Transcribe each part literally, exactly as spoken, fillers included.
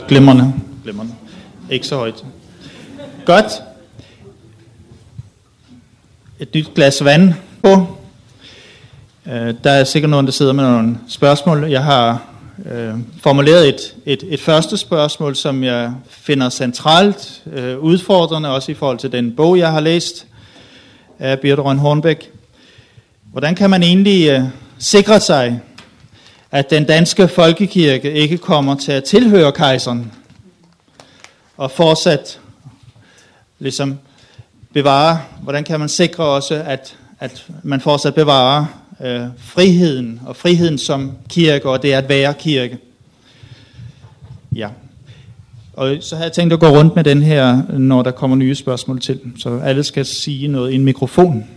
Glimrende. Glimrende. Ikke så højt. Godt. Et nyt glas vand på. Der er sikkert nogen, der sidder med nogle spørgsmål. Jeg har øh, formuleret et, et, et første spørgsmål, som jeg finder centralt øh, udfordrende, også i forhold til den bog, jeg har læst af Birthe Rønn Hornbech. Hvordan kan man egentlig øh, sikre sig, at den danske folkekirke ikke kommer til at tilhøre kejseren, og fortsat ligesom bevare, hvordan kan man sikre også, at, at man fortsat bevarer øh, friheden, og friheden som kirke, og det at være kirke. Ja. Og så har jeg tænkt at gå rundt med den her, når der kommer nye spørgsmål til, så alle skal sige noget i en mikrofon.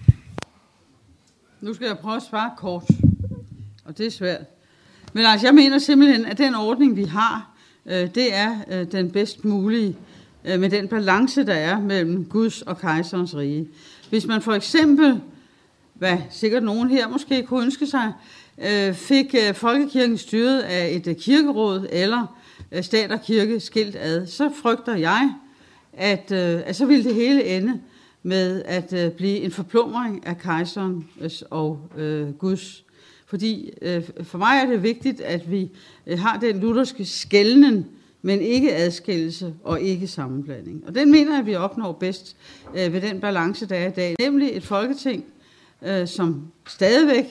Nu skal jeg prøve at svare kort, og det er svært. Men altså, jeg mener simpelthen, at den ordning, vi har, øh, det er øh, den bedst mulige, øh, med den balance, der er mellem Guds og kejserens rige. Hvis man for eksempel, hvad sikkert nogen her måske kunne ønske sig, øh, fik øh, folkekirken styret af et øh, kirkeråd, eller øh, stat og kirke skilt ad, så frygter jeg, at, øh, at så ville det hele ende med at øh, blive en forplumring af kejserens og øh, Guds. Fordi øh, for mig er det vigtigt, at vi øh, har den lutherske skelnen, men ikke adskillelse og ikke sammenblanding. Og den mener jeg, at vi opnår bedst øh, ved den balance, der er i dag. Nemlig et folketing, øh, som stadigvæk,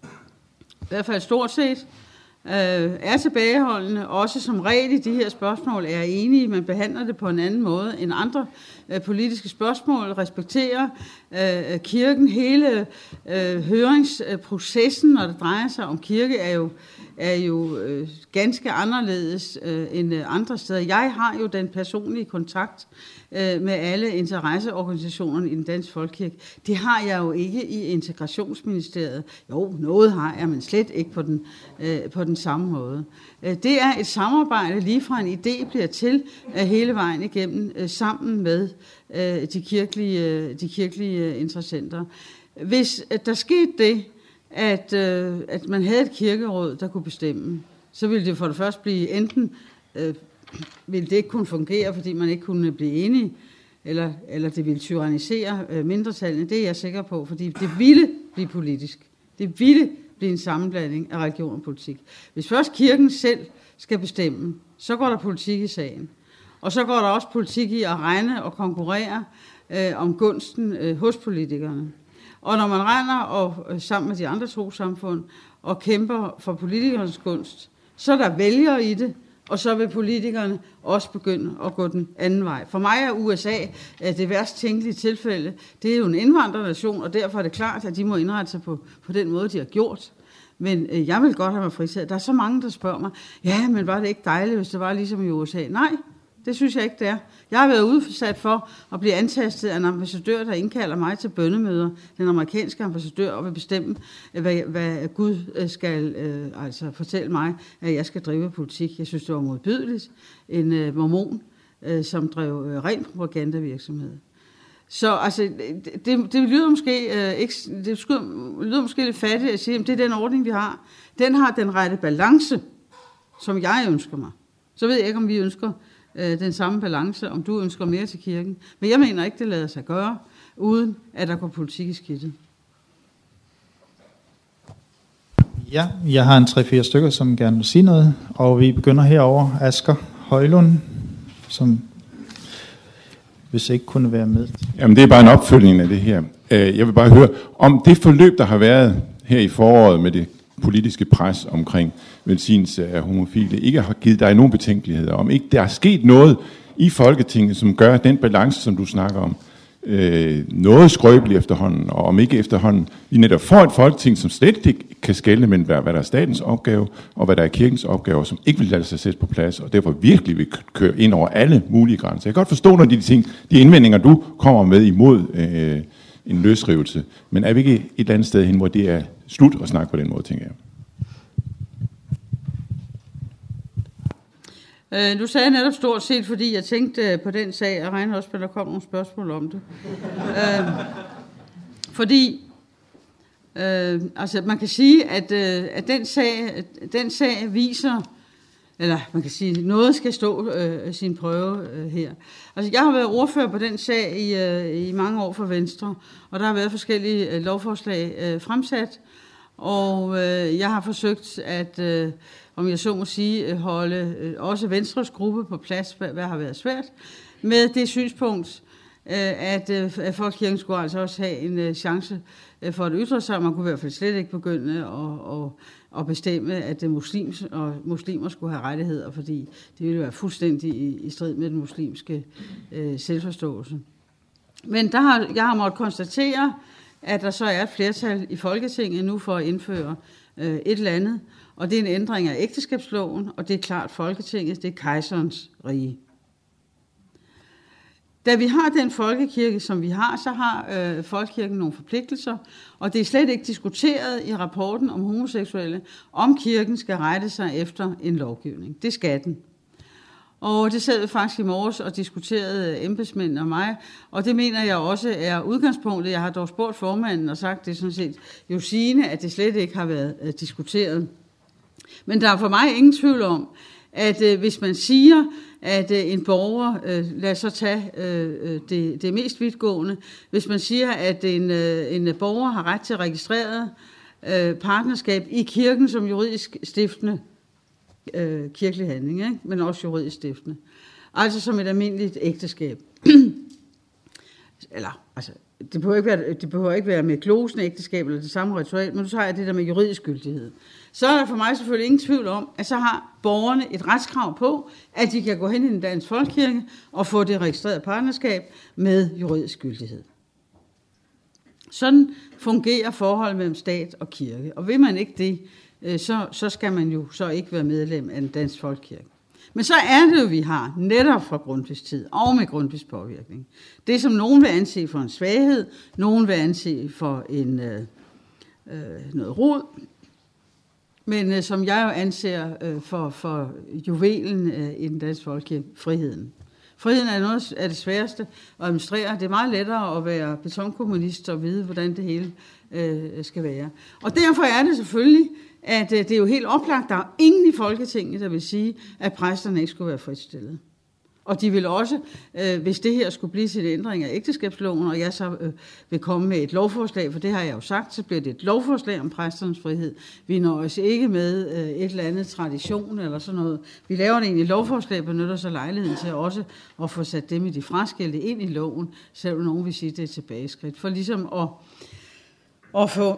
i hvert fald stort set, øh, er tilbageholdende, også som regel i de her spørgsmål er enige, man behandler det på en anden måde end andre øh, politiske spørgsmål, respekterer øh, kirken. Hele øh, høringsprocessen, når det drejer sig om kirke, er jo, er jo øh, ganske anderledes øh, end andre steder. Jeg har jo den personlige kontakt øh, med alle interesseorganisationerne i den danske folkekirke. Det har jeg jo ikke i Integrationsministeriet. Jo, noget har jeg, men slet ikke på den, øh, på den samme måde. Øh, det er et samarbejde lige fra en idé bliver til øh, hele vejen igennem øh, sammen med øh, de kirkelige, de kirkelige interessenter. Hvis øh, der skete det, At, øh, at man havde et kirkeråd, der kunne bestemme, så ville det for det første blive enten, øh, ville det ikke kunne fungere, fordi man ikke kunne blive enige, eller, eller det ville tyrannisere øh, mindretallene. Det er jeg sikker på, fordi det ville blive politisk. Det ville blive en sammenblanding af religion og politik. Hvis først kirken selv skal bestemme, så går der politik i sagen. Og så går der også politik i at regne og konkurrere øh, om gunsten øh, hos politikerne. Og når man regner og, øh, sammen med de andre trossamfund og kæmper for politikernes gunst, så er der vælgere i det, og så vil politikerne også begynde at gå den anden vej. For mig er U S A øh, det værst tænkelige tilfælde. Det er jo en indvandrernation, og derfor er det klart, at de må indrette sig på, på den måde, de har gjort. Men øh, jeg vil godt have mig fritaget. Der er så mange, der spørger mig, ja, men var det ikke dejligt, hvis det var ligesom i U S A? Nej, det synes jeg ikke, det er. Jeg har været udsat for at blive antastet af en ambassadør, der indkalder mig til bønnemøder, den amerikanske ambassadør, og vil bestemme, hvad, hvad Gud skal øh, altså fortælle mig, at jeg skal drive politik. Jeg synes, det var modbydeligt. En øh, mormon, øh, som drev øh, ren propagandavirksomhed. Så altså, det, det, det lyder måske øh, ikke, det lyder måske lidt fattigt at sige, at det er den ordning, vi har. Den har den rette balance, som jeg ønsker mig. Så ved jeg ikke, om vi ønsker den samme balance, om du ønsker mere til kirken. Men jeg mener ikke, det lader sig gøre, uden at der går politik i skidtet. Ja, jeg har en tre-fire stykker, som gerne vil sige noget, og vi begynder herover Asger Højlund, som hvis ikke kunne være med. Jamen, det er bare en opfølgning af det her. Jeg vil bare høre, om det forløb, der har været her i foråret med det politiske pres omkring velsignelse af homofile, ikke har givet dig nogen betænkeligheder, om ikke der er sket noget i Folketinget, som gør den balance, som du snakker om, øh, noget skrøbelig efterhånden, og om ikke efterhånden, vi netop får et Folketing, som slet ikke kan skelne mellem, hvad der er statens opgave, og hvad der er kirkens opgave, som ikke vil lade sig sætte på plads, og derfor virkelig vil køre ind over alle mulige grænser. Jeg kan godt forstå, når de ting, de indvendinger, du kommer med imod øh, en løsrivelse, men er vi ikke et eller andet sted hen, hvor det er slut at snakke på den måde, tænker jeg? Øh, du sagde netop stort set, fordi jeg tænkte på den sag, og regner også med, at der kom nogle spørgsmål om det. øh, fordi, øh, altså man kan sige, at, øh, at den, sag, den sag viser eller man kan sige, noget skal stå øh, sin prøve øh, her. Altså, jeg har været ordfører på den sag i, øh, i mange år for Venstre, og der har været forskellige øh, lovforslag øh, fremsat, og øh, jeg har forsøgt at, øh, om jeg så må sige, holde øh, også Venstres gruppe på plads, hvad, hvad har været svært, med det synspunkt, øh, at, øh, at folkekirken skulle altså også have en øh, chance øh, for at ytre sig. Man kunne i hvert fald slet ikke begynde at, at, at bestemme, at det muslims og muslimer skulle have rettigheder, fordi det ville være fuldstændig i, i strid med den muslimske øh, selvforståelse. Men der har, jeg har måttet konstatere, at der så er et flertal i Folketinget nu for at indføre øh, et eller andet, og det er en ændring af ægteskabsloven, og det er klart Folketinget, det er kejserens rige. Da vi har den folkekirke, som vi har, så har øh, folkekirken nogle forpligtelser, og det er slet ikke diskuteret i rapporten om homoseksuelle, om kirken skal rette sig efter en lovgivning. Det skal den. Og det sad vi faktisk i morges og diskuterede embedsmænd og mig, og det mener jeg også er udgangspunktet. Jeg har dog spurgt formanden og sagt, det er sådan set jo sigende, at det slet ikke har været øh, diskuteret. Men der er for mig ingen tvivl om, at øh, hvis man siger, at øh, en borger, øh, lad os så tage øh, det, det mest vidtgående, hvis man siger, at en, øh, en borger har ret til registreret øh, partnerskab i kirken som juridisk stiftende øh, kirkelig handling, ikke? Men også juridisk stiftende, altså som et almindeligt ægteskab. Eller, altså, det behøver ikke være, det behøver ikke være med glosende ægteskab eller det samme ritual, men nu tager jeg det der med juridisk gyldighed. Så er der for mig selvfølgelig ingen tvivl om, at så har borgerne et retskrav på, at de kan gå hen i den danske folkekirke og få det registrerede partnerskab med juridisk gyldighed. Sådan fungerer forholdet mellem stat og kirke. Og vil man ikke det, så, så skal man jo så ikke være medlem af den danske folkekirke. Men så er det jo, vi har netop fra Grundtvigs tid og med Grundtvigs påvirkning. Det, som nogen vil anse for en svaghed, nogen vil anse for en, øh, øh, noget rod, men øh, som jeg jo anser øh, for, for juvelen øh, i den danske folkekirke, friheden. Friheden er noget af det sværeste at administrere. Det er meget lettere at være betonkommunist og vide, hvordan det hele øh, skal være. Og derfor er det selvfølgelig, at øh, det er jo helt oplagt, der er ingen i Folketinget, der vil sige, at præsterne ikke skulle være fritstillet. Og de vil også, øh, hvis det her skulle blive til en ændring af ægteskabsloven, og jeg så øh, vil komme med et lovforslag, for det har jeg jo sagt, så bliver det et lovforslag om præsternes frihed. Vi når os ikke med øh, et eller andet tradition eller sådan noget. Vi laver det egentlig lovforslag, benytter så lejligheden til også at få sat dem i de fraskilte ind i loven, selvom nogen vil sige, at det er tilbageskridt. For ligesom at, at få...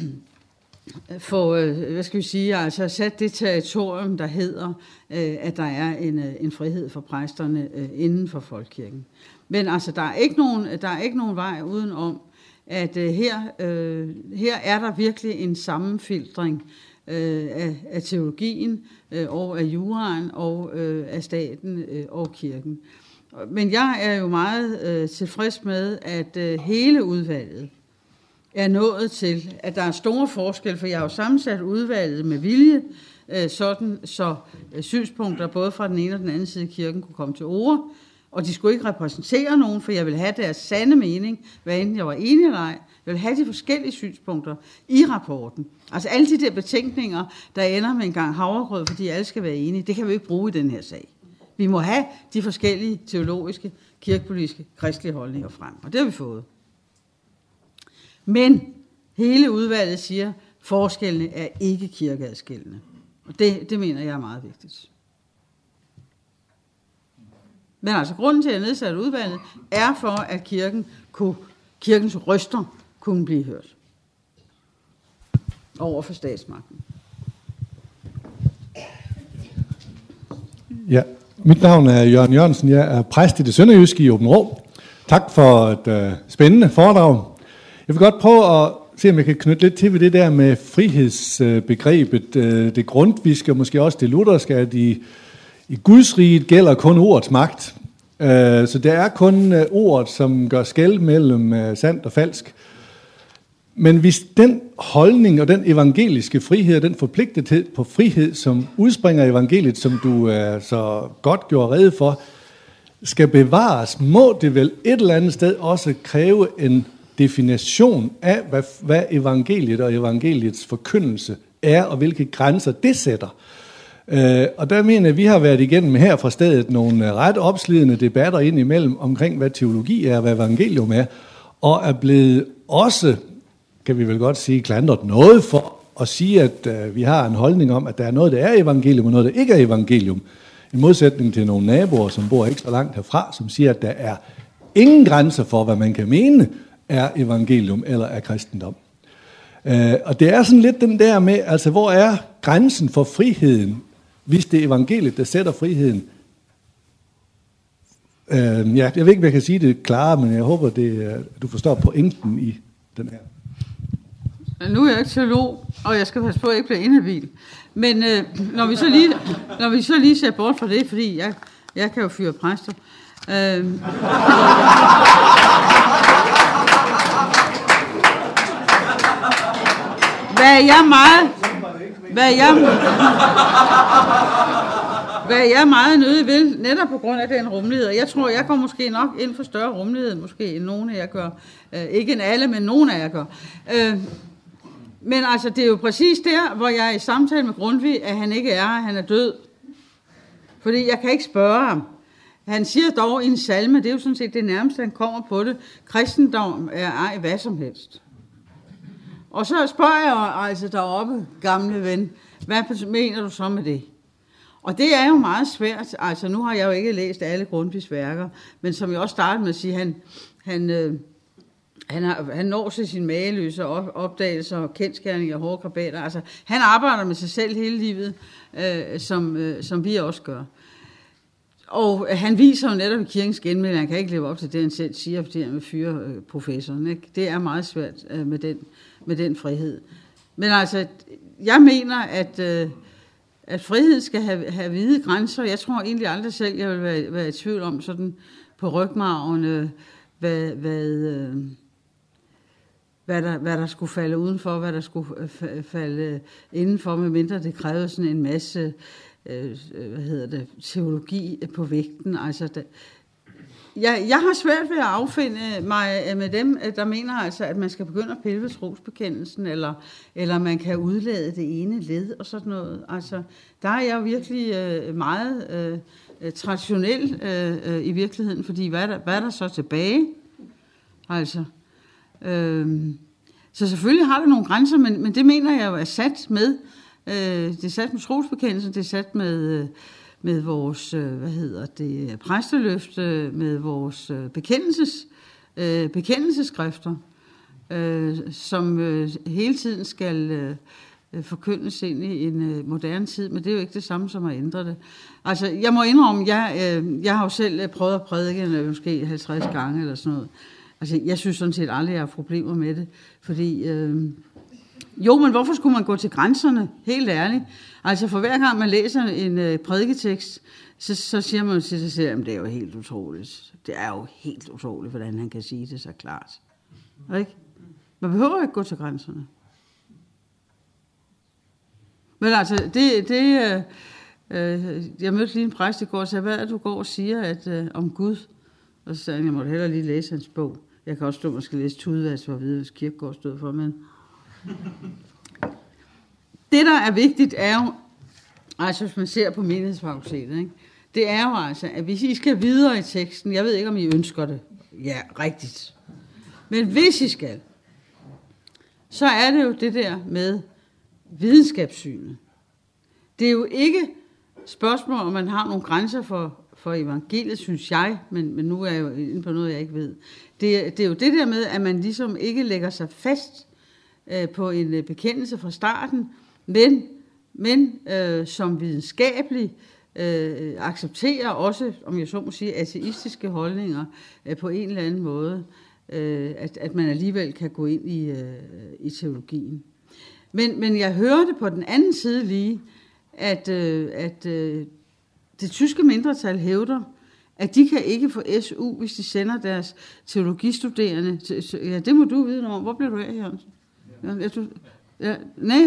få, hvad skal vi sige, altså sat det territorium, der hedder, at der er en, en frihed for præsterne inden for folkekirken. Men altså, der er ikke nogen, der er ikke nogen vej udenom, at her, her er der virkelig en sammenfiltring af, af teologien og af juraen og af staten og kirken. Men jeg er jo meget tilfreds med, at hele udvalget er nået til, at der er store forskelle, for jeg har jo sammensat udvalget med vilje, øh, sådan så øh, synspunkter både fra den ene og den anden side af kirken kunne komme til ord, og de skulle ikke repræsentere nogen, for jeg vil have deres sande mening, hvad enten jeg var enig eller ej. Jeg vil have de forskellige synspunkter i rapporten. Altså alle de der betænkninger, der ender med en gang havregrød, fordi alle skal være enige, det kan vi ikke bruge i den her sag. Vi må have de forskellige teologiske, kirkepolitiske, kristelige holdninger frem, og det har vi fået. Men hele udvalget siger, at forskellene er ikke kirkeadskillende. Og det, det mener jeg er meget vigtigt. Men altså, grunden til, at jeg nedsatte udvalget, er for, at kirken kunne, kirkens røster kunne blive hørt over for statsmagten. Ja, mit navn er Jørgen Jørgensen. Jeg er præst i det sønderjyske i Aabenraa. Tak for et uh, spændende foredrag. Jeg vil godt prøve at se, om jeg kan knytte lidt til ved det der med frihedsbegrebet. Det grundtviske og måske også det lutherske, at i, i Guds riget gælder kun ordets magt. Så det er kun ordet, som gør skel mellem sandt og falsk. Men hvis den holdning og den evangeliske frihed, den forpligtethed på frihed, som udspringer af evangeliet, som du så godt gjorde rede for, skal bevares, må det vel et eller andet sted også kræve en definition af, hvad, hvad evangeliet og evangeliets forkyndelse er, og hvilke grænser det sætter. Øh, og der mener jeg, at vi har været igennem her fra stedet nogle ret opslidende debatter ind imellem omkring, hvad teologi er, hvad evangelium er, og er blevet også, kan vi vel godt sige, klandret noget for at sige, at øh, vi har en holdning om, at der er noget, der er evangelium, og noget, der ikke er evangelium. I modsætning til nogle naboer, som bor ekstra langt herfra, som siger, at der er ingen grænser for, hvad man kan mene er evangelium eller er kristendom. Øh, og det er sådan lidt den der med, altså hvor er grænsen for friheden, hvis det er evangeliet, der sætter friheden. Øh, ja, jeg ved ikke, hvad jeg kan sige det klare, men jeg håber, det, du forstår pointen i den her. Nu er jeg ikke teolog, og jeg skal passe på, at jeg ikke bliver inhabil. Men øh, når, vi så lige, når vi så lige ser bort fra det, fordi jeg, jeg kan jo fyre præster. Øh, hvad jeg meget... Hvad jeg, hvad jeg meget nødig vil, netop på grund af den rummelighed. Jeg tror, jeg går måske nok ind for større rummelighed, måske end nogen af jer gør. Øh, ikke end alle, men nogen af jer gør. Øh, men altså, det er jo præcis der, hvor jeg er i samtale med Grundtvig, at han ikke er, at han er død. Fordi jeg kan ikke spørge ham. Han siger dog i en salme, det er jo sådan set det nærmeste, han kommer på det. Kristendom er ej hvad som helst. Og så spørger jeg altså deroppe, gamle ven, hvad mener du så med det? Og det er jo meget svært. Altså nu har jeg jo ikke læst alle Grundtvigs værker, men som jeg også startede med at sige, han, han, øh, han, har, han når til sine mageløse op, opdagelser og kendskærninger og hårde krabater. Altså han arbejder med sig selv hele livet, øh, som, øh, som vi også gør. Og han viser jo netop i kirkens genmæld, at han kan ikke leve op til det, han selv siger, fordi han vil fyre øh, professoren. Ikke? Det er meget svært øh, med den med den frihed. Men altså, jeg mener, at, øh, at frihed skal have, have hvide grænser. Jeg tror egentlig aldrig selv, jeg vil være, være i tvivl om sådan på rygmarven, øh, hvad, hvad, øh, hvad, der, hvad der skulle falde udenfor, hvad der skulle falde indenfor, medmindre det krævede sådan en masse øh, hvad hedder det, teologi på vægten. Altså, det, Jeg, jeg har svært ved at affinde mig med dem, der mener altså, at man skal begynde at pille ved trosbekendelsen, eller, eller man kan udlade det ene led og sådan noget. Altså, der er jeg virkelig øh, meget øh, traditionel øh, i virkeligheden, fordi hvad er, der, hvad er der så tilbage? Altså, øh, så selvfølgelig har det nogle grænser, men, men det mener jeg jo er sat med, øh, det er sat med trosbekendelsen, det er sat med... Øh, med vores, hvad hedder det, præsteløfte, med vores bekendelses, bekendelsesskrifter, som hele tiden skal forkyndes ind i en moderne tid, men det er jo ikke det samme som at ændre det. Altså, jeg må indrømme, jeg, jeg har jo selv prøvet at prædike måske halvtreds gange eller sådan noget. Altså, jeg synes sådan set aldrig, jeg har problemer med det, fordi... Øh, Jo, men hvorfor skulle man gå til grænserne? Helt ærligt. Altså for hver gang man læser en øh, prædiketekst, så, så siger man til sig selv, at det er jo helt utroligt. Det er jo helt utroligt, hvordan han kan sige det så klart. Ikke? Man behøver ikke gå til grænserne. Men altså, det... det øh, øh, jeg mødte lige en præst i går og sagde, hvad er det, du går og siger at, øh, om Gud? Og så sagde han, jeg måtte hellere lige læse hans bog. Jeg kan også stå, man skal læse Tudvads for at vide, hvad Kierkegaard stod for, men... Det, der er vigtigt, er jo, altså hvis man ser på menighedsfakultetet, ikke? Det er jo altså, at hvis I skal videre i teksten, jeg ved ikke, om I ønsker det, ja, rigtigt, men hvis I skal, så er det jo det der med videnskabssynet. Det er jo ikke spørgsmål, om man har nogle grænser for, for evangeliet, synes jeg, men, men nu er jeg jo inde på noget, jeg ikke ved. Det, det er jo det der med, at man ligesom ikke lægger sig fast på en bekendelse fra starten, men, men øh, som videnskabelig øh, accepterer også, om jeg så må sige, ateistiske holdninger øh, på en eller anden måde, øh, at, at man alligevel kan gå ind i, øh, i teologien. Men, men jeg hørte på den anden side lige, at, øh, at øh, det tyske mindretal hævder, at de kan ikke få S U, hvis de sender deres teologistuderende. Til, ja, det må du vide noget om. Hvor bliver du af, Jørgensen? Ja, jeg tror, ja, nej.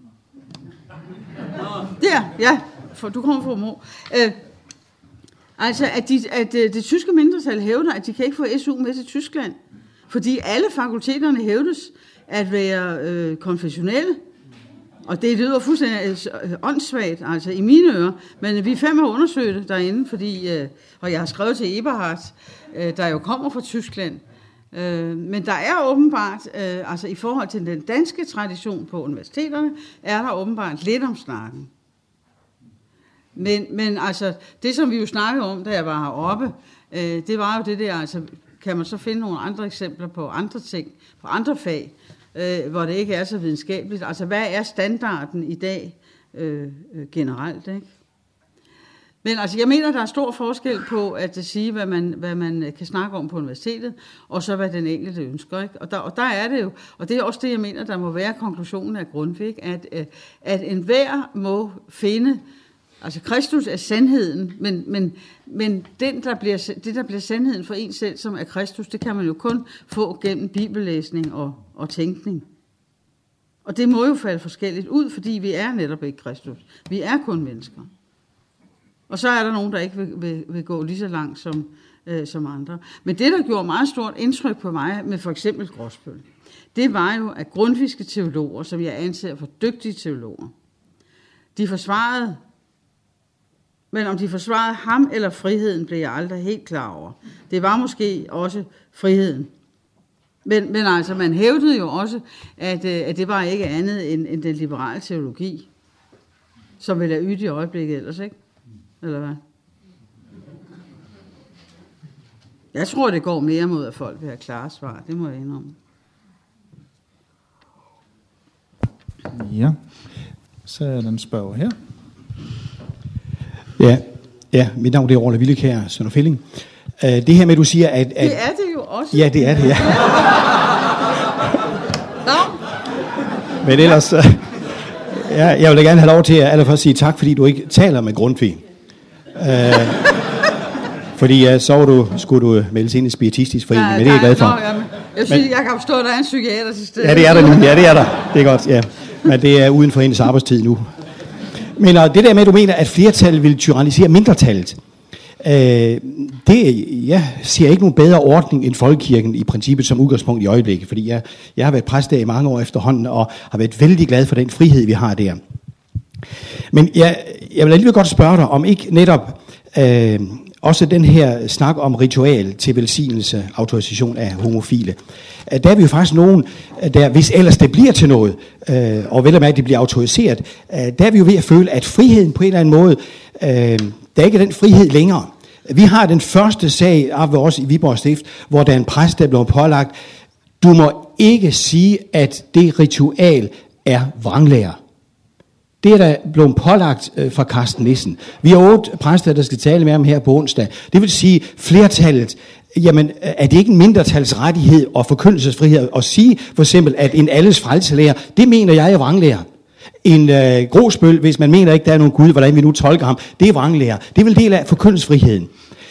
Der, ja, for, du kommer fra mor. Øh, altså, at, de, at det, det tyske mindretal hævder, at de kan ikke få S U med til Tyskland, fordi alle fakulteterne hævdes at være øh, konfessionelle. Og det lyder fuldstændig åndssvagt, altså i mine ører, men vi er fem har undersøgt det derinde, fordi, og jeg har skrevet til Eberhard, der jo kommer fra Tyskland, men der er åbenbart, altså i forhold til den danske tradition på universiteterne, er der åbenbart lidt om snakken. Men, men altså, det som vi jo snakkede om, da jeg var heroppe, det var jo det der, altså, kan man så finde nogle andre eksempler på andre ting, på andre fag, øh, hvor det ikke er så videnskabeligt. Altså, hvad er standarden i dag øh, generelt, ikke? Men altså, jeg mener, der er stor forskel på at sige, hvad man, hvad man kan snakke om på universitetet, og så hvad den enkelte ønsker, ikke? Og der, og der er det jo, og det er også det, jeg mener, der må være konklusionen af Grundtvig, at, at enhver må finde, altså Kristus er sandheden, men, men, men den, der bliver, det, der bliver sandheden for en selv, som er Kristus, det kan man jo kun få gennem bibellæsning og, og tænkning. Og det må jo falde forskelligt ud, fordi vi er netop ikke Kristus. Vi er kun mennesker. Og så er der nogen, der ikke vil, vil, vil gå lige så langt som, øh, som andre. Men det, der gjorde meget stort indtryk på mig med for eksempel Gråsbøl, det var jo, at grundtvigske teologer, som jeg anser for dygtige teologer, de forsvarede, men om de forsvarede ham eller friheden, blev jeg aldrig helt klar over. Det var måske også friheden. Men, men altså, man hævdede jo også, at, at det var ikke andet end, end den liberale teologi, som vil have ydt i øjeblikket ellers, ikke? Eller hvad? Jeg tror, det går mere mod, at folk vil have klare svar. Det må jeg indrømme. Ja, så er der en spørger her. Ja, ja, mit navn er Orla Villekær, Sønder Fælling. Uh, det her med, du siger, at, at... Det er det jo også. Ja, det er det, ja. Nå. Men ellers... Uh, ja, jeg vil da gerne have lov til at allerførst sige tak, fordi du ikke taler med Grundtvig. Uh, fordi uh, så du, skulle du meldes ind i Spiritistisk Forening, ja, men det er jeg glad for. Nå, jamen, jeg, synes, men, jeg kan forstå, at der er en psykiater til stede. Ja, det er der nu. Ja, det er der. Det er godt, ja. Men det er uden for hendes arbejdstid nu. Men uh, det der med, at du mener, at flertallet vil tyrannisere mindretallet, uh, det, jeg ser ikke nogen bedre ordning end folkekirken i princippet som udgangspunkt i øjeblikket, fordi jeg, jeg har været præst der i mange år efterhånden, og har været vældig glad for den frihed, vi har der. Men jeg, jeg vil alligevel godt spørge dig, om ikke netop øh, også den her snak om ritual til velsignelse, autorisation af homofile. Der er vi jo faktisk nogen, der, hvis ellers det bliver til noget, øh, og vel og mærke, at det bliver autoriseret, øh, der er vi jo ved at føle, at friheden på en eller anden måde, øh, der er ikke den frihed længere. Vi har den første sag af os i Viborg Stift, hvor der er en præst, der blev pålagt, du må ikke sige, at det ritual er vranglære. Det er der blevet pålagt øh, fra Carsten Nissen. Vi har otte præster, der skal tale med ham her på onsdag. Det vil sige, flertallet, jamen er det ikke en mindretalsrettighed og forkyndelsesfrihed at sige for eksempel, at en alles frelselærer, det mener jeg er vranglære. En øh, Gråsbøl, hvis man mener ikke, der er nogen Gud, hvordan vi nu tolker ham, det er vranglære. Det er vel del af forkyndelsesfriheden.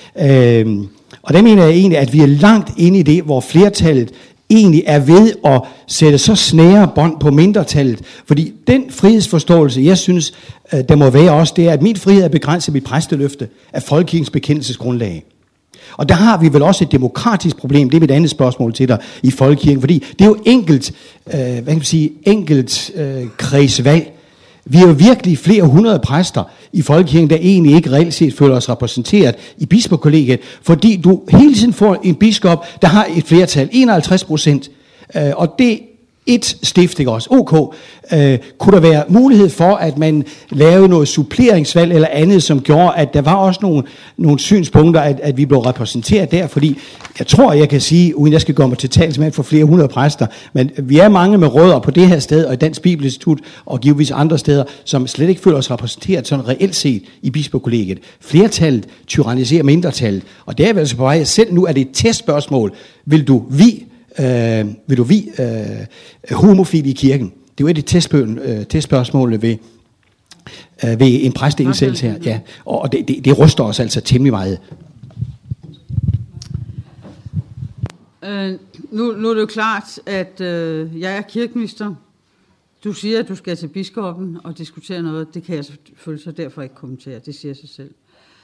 Øh, og der mener jeg egentlig, at vi er langt inde i det, hvor flertallet egentlig er ved at sætte så snære bånd på mindretallet. Fordi den frihedsforståelse, jeg synes, der må være også, det er, at min frihed er begrænset mit præsteløfte af folkekirkens bekendelsesgrundlag. Og der har vi vel også et demokratisk problem, det er mit andet spørgsmål til dig i folkekirken, fordi det er jo enkelt, øh, hvad kan man sige, enkelt øh, kredsvalg. Vi er jo virkelig flere hundrede præster i folkekirken, der egentlig ikke reelt set føler os repræsenteret i bispekollegiet, fordi du hele tiden får en biskop, der har et flertal, enoghalvtreds procent, øh, og det et stift, ikke også? Ok. Øh, kunne der være mulighed for, at man lavede noget suppleringsvalg eller andet, som gjorde, at der var også nogle, nogle synspunkter, at, at vi blev repræsenteret der, fordi jeg tror, jeg kan sige, uden jeg skal gå mig til talsmand for flere hundrede præster, men vi er mange med rødder på det her sted, og i Dansk Bibelinstitut, og givetvis andre steder, som slet ikke føler os repræsenteret sådan reelt set i bispekollegiet. Flertallet tyranniserer mindretallet, og det er vel altså på vej. Selv nu er det et testspørgsmål. Vil du vi Øh, vil du vi øh, homofil i kirken? Det er jo et af testspørgsmålene testspørgsmål ved, øh, ved en præsteindsættelse her. Ja, og det, det, det ryster os altså temmelig meget. Øh, nu, nu er det jo klart, at øh, jeg er kirkeminister. Du siger, at du skal til biskoppen og diskutere noget. Det kan jeg selvfølgelig så derfor ikke kommentere. Det siger sig selv.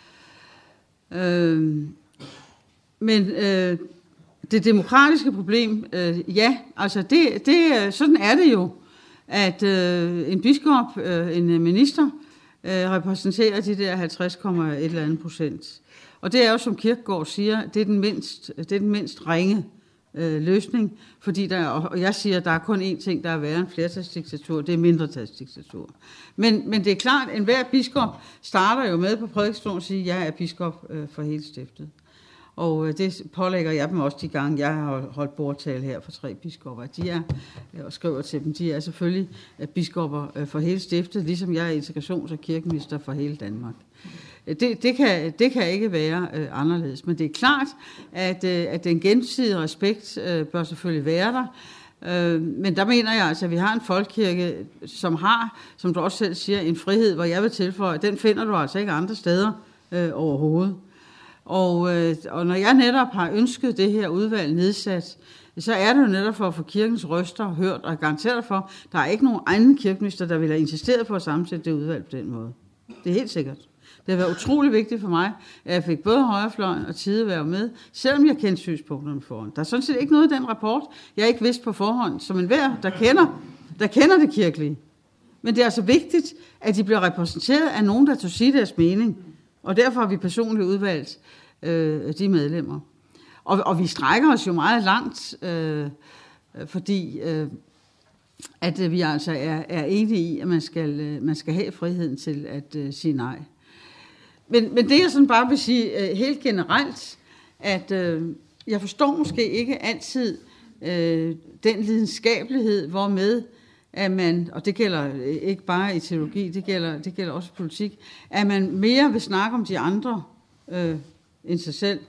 Øh, men øh, det demokratiske problem, øh, ja, altså det, det, sådan er det jo. at øh, en biskop, øh, en minister, øh, repræsenterer de der halvtreds komma et eller andet procent. Og det er jo, som Kierkegaard siger, det er den mindst, det er den mindst ringe øh, løsning, fordi der, og jeg siger, at der er kun én ting, der er værre end flertalsdiktatur, det er mindretalsdiktatur. Men, men det er klart, at enhver biskop starter jo med på prædikestolen og siger, at jeg er biskop øh, for hele stiftet. Og øh, det pålægger jeg dem også de gange, jeg har holdt bordtale her for tre biskopper. De er, og skriver til dem, de er selvfølgelig biskopper øh, for hele stiftet, ligesom jeg er integrations- og kirkeminister for hele Danmark. Det, det, kan, det kan ikke være øh, anderledes, men det er klart, at, øh, at den gensidige respekt øh, bør selvfølgelig være der. Øh, men der mener jeg altså, at vi har en folkekirke, som har, som du også selv siger, en frihed, hvor jeg vil tilføje, den finder du altså ikke andre steder øh, overhovedet. Og, øh, og når jeg netop har ønsket det her udvalg nedsat, så er det jo netop for at få kirkens røster hørt, og garanteret for, der er ikke nogen anden kirkeminister, der vil have insisteret på at sammensætte det udvalg på den måde. Det er helt sikkert. Det har været utrolig vigtigt for mig, at jeg fik både højrefløjen og Tidehverv med, selvom jeg kendte synspunkterne foran. Der er sådan set ikke noget i den rapport, jeg ikke vidste på forhånd, som enhver, der kender, der kender det kirkelige. Men det er altså vigtigt, at de bliver repræsenteret af nogen, der tør sige deres mening. Og derfor har vi personligt udvalgt øh, de medlemmer. Og, og vi strækker os jo meget langt, øh, fordi øh, at øh, vi altså er, er enige i, at man skal, øh, man skal have friheden til at øh, sige nej. Men, men det jeg sådan bare vil sige øh, helt generelt, at øh, jeg forstår måske ikke altid øh, den lidenskabelighed, hvormed at man, og det gælder ikke bare i teologi, det gælder, det gælder også i politik, at man mere vil snakke om de andre øh, end sig selv.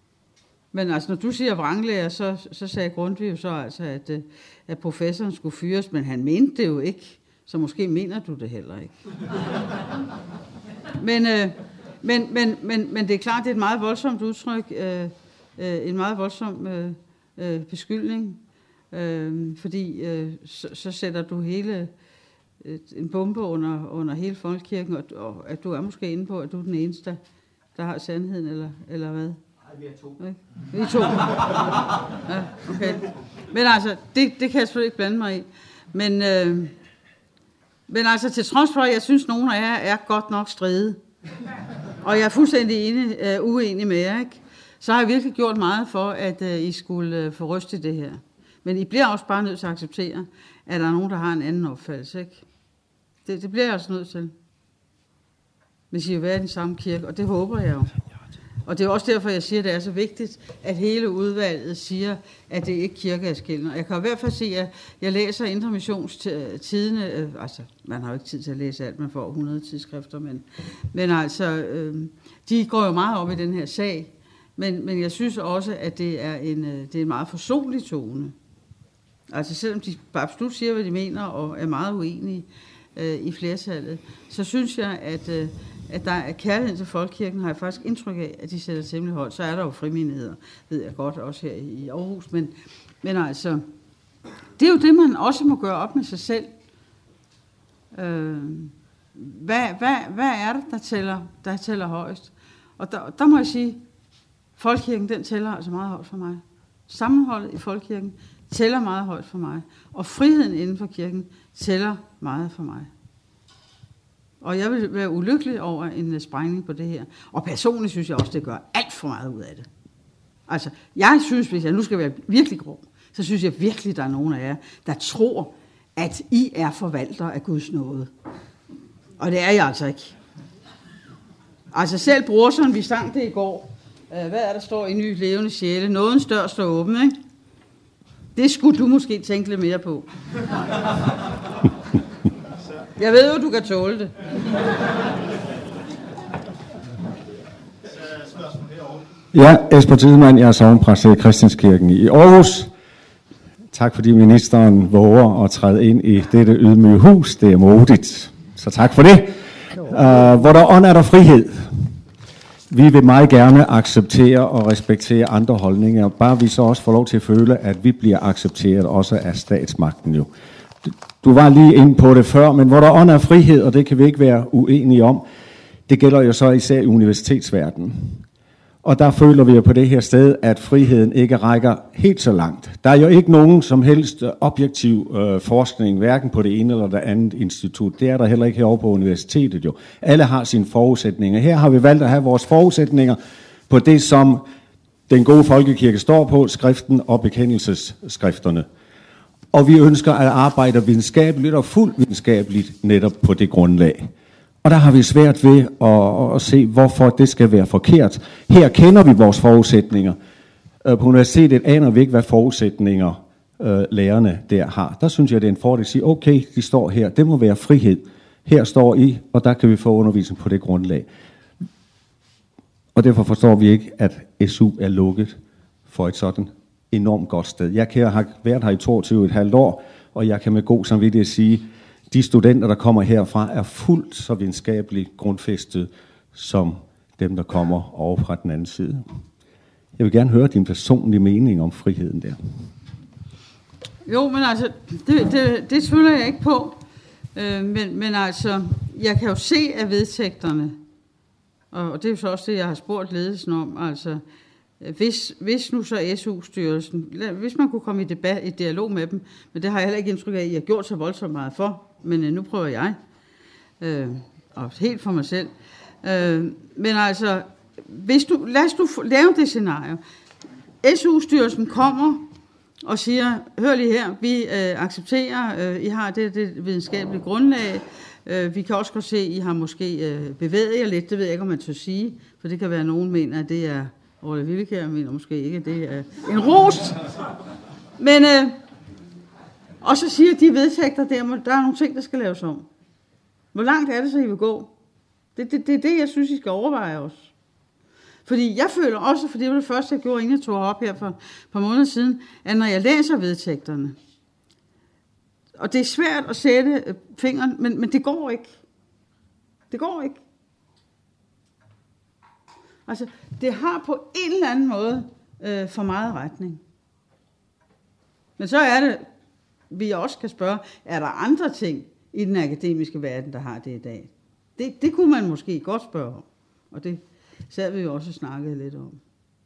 Men altså, når du siger vranglærer, så, så sagde Grundtvig jo så altså, at, at professoren skulle fyres, men han mente det jo ikke, så måske mener du det heller ikke. Men, øh, men, men, men, men det er klart, det er et meget voldsomt udtryk, øh, øh, en meget voldsom øh, øh, beskyldning, øh, fordi øh, så, så sætter du hele øh, en bombe under, under hele folkekirken, og, og at du er måske inde på, at du er den eneste, der har sandheden, eller, eller hvad? Vi er to. Okay. Vi er to. Ja, okay. Men altså, det, det kan jeg selvfølgelig ikke blande mig i. Men, øh, men altså, til trods for, at jeg synes, at nogle af jer er godt nok stride, og jeg er fuldstændig enig, uh, uenig med jer, ikke? Så har jeg virkelig gjort meget for, at uh, I skulle uh, få ryst i det her. Men I bliver også bare nødt til at acceptere, at der er nogen, der har en anden opfattelse, ikke? Det, det bliver jeg også nødt til. Hvis I vil være i den samme kirke, og det håber jeg jo. Og det er også derfor, jeg siger, at det er så vigtigt, at hele udvalget siger, at det ikke kirkeadskillende. Jeg kan i hvert fald se, at jeg læser Indre Missionstidene, øh, altså man har jo ikke tid til at læse alt, man får hundrede tidsskrifter, men, men altså, øh, de går jo meget op i den her sag, men, men jeg synes også, at det er en, det er en meget forsonlig tone. Altså selvom de absolut siger, hvad de mener, og er meget uenige øh, i flertallet, så synes jeg, at øh, at der er kærlighed til folkekirken, har jeg faktisk indtryk af, at de sætter temmelig højt. Så er der jo frimenigheder, ved jeg godt, også her i Aarhus. Men, men altså, det er jo det, man også må gøre op med sig selv. Øh, hvad, hvad, hvad er det, der tæller, der tæller højst? Og der, der må jeg sige, folkekirken, den tæller altså meget højt for mig. Sammenholdet i folkekirken tæller meget højt for mig. Og friheden inden for kirken tæller meget for mig. Og jeg vil være ulykkelig over en sprængning på det her. Og personligt synes jeg også, det gør alt for meget ud af det. Altså, jeg synes, hvis jeg nu skal være virkelig grov, så synes jeg virkelig, der er nogen af jer, der tror, at I er forvalter af Guds nåde. Og det er jeg altså ikke. Altså selv Brorson, vi sang det i går. Hvad er der står i Ny Levende Sjæle? Nådens dør står åben, ikke? Det skulle du måske tænke lidt mere på. Jeg ved jo, du kan tåle det. Ja, Esper Tidemand, jeg er sognepræst i Christianskirken i Aarhus. Tak fordi ministeren våger at træde ind i dette ydmyge hus. Det er modigt. Så tak for det. Uh, hvor der ånd er der frihed. Vi vil meget gerne acceptere og respektere andre holdninger. Bare vi så også får lov til at føle, at vi bliver accepteret også af statsmagten jo. Du var lige inde på det før, men hvor der ånd er frihed, og det kan vi ikke være uenige om, det gælder jo så især i universitetsverdenen. Og der føler vi jo på det her sted, at friheden ikke rækker helt så langt. Der er jo ikke nogen som helst objektiv øh, forskning, hverken på det ene eller det andet institut. Det er der heller ikke herovre på universitetet jo. Alle har sine forudsætninger. Her har vi valgt at have vores forudsætninger på det, som den gode folkekirke står på, skriften og bekendelsesskrifterne. Og vi ønsker at arbejde videnskabeligt og fuldt videnskabeligt netop på det grundlag. Og der har vi svært ved at, at se, hvorfor det skal være forkert. Her kender vi vores forudsætninger. På universitetet aner vi ikke, hvad forudsætninger øh, lærerne der har. Der synes jeg, det er en fordel at sige, okay, de står her. Det må være frihed. Her står I, og der kan vi få undervisning på det grundlag. Og derfor forstår vi ikke, at S U er lukket for et sådan enormt godt sted. Jeg har været her i toogtyve og et halvt år, og jeg kan med god samvittighed sige, de studenter, der kommer herfra, er fuldt så videnskabeligt grundfæstet, som dem, der kommer over fra den anden side. Jeg vil gerne høre din personlige mening om friheden der. Jo, men altså, det, det, det tvivler jeg ikke på. Øh, men, men altså, jeg kan jo se af vedtægterne, og det er jo så også det, jeg har spurgt ledelsen om, altså, hvis, hvis nu så S U-styrelsen, hvis man kunne komme i, debat, i dialog med dem, men det har jeg heller ikke indtryk af, at I har gjort så voldsomt meget for, men øh, nu prøver jeg, øh, og helt for mig selv. Øh, men altså, hvis du, lad os du lave det scenario. S U-styrelsen kommer og siger, hør lige her, vi øh, accepterer, øh, I har det, det videnskabelige grundlag, øh, vi kan også godt se, I har måske øh, bevæget jer lidt, det ved jeg ikke, om man tør sige, for det kan være, at nogen mener, at det er Orla Villekjær, mener måske ikke, at det er en ros. Men, øh, og så siger de vedtægter, der, der er nogle ting, der skal laves om. Hvor langt er det så, I vil gå? Det er det, det, det, jeg synes, I skal overveje også. Fordi jeg føler også, for det var det første, jeg gjorde, inden jeg tog op her for et par måneder siden, at når jeg læser vedtægterne, og det er svært at sætte fingeren, men, men det går ikke. Det går ikke. Altså, det har på en eller anden måde øh, for meget retning. Men så er det, vi også kan spørge, er der andre ting i den akademiske verden, der har det i dag? Det, det kunne man måske godt spørge om, og det sad vi jo også snakket lidt om.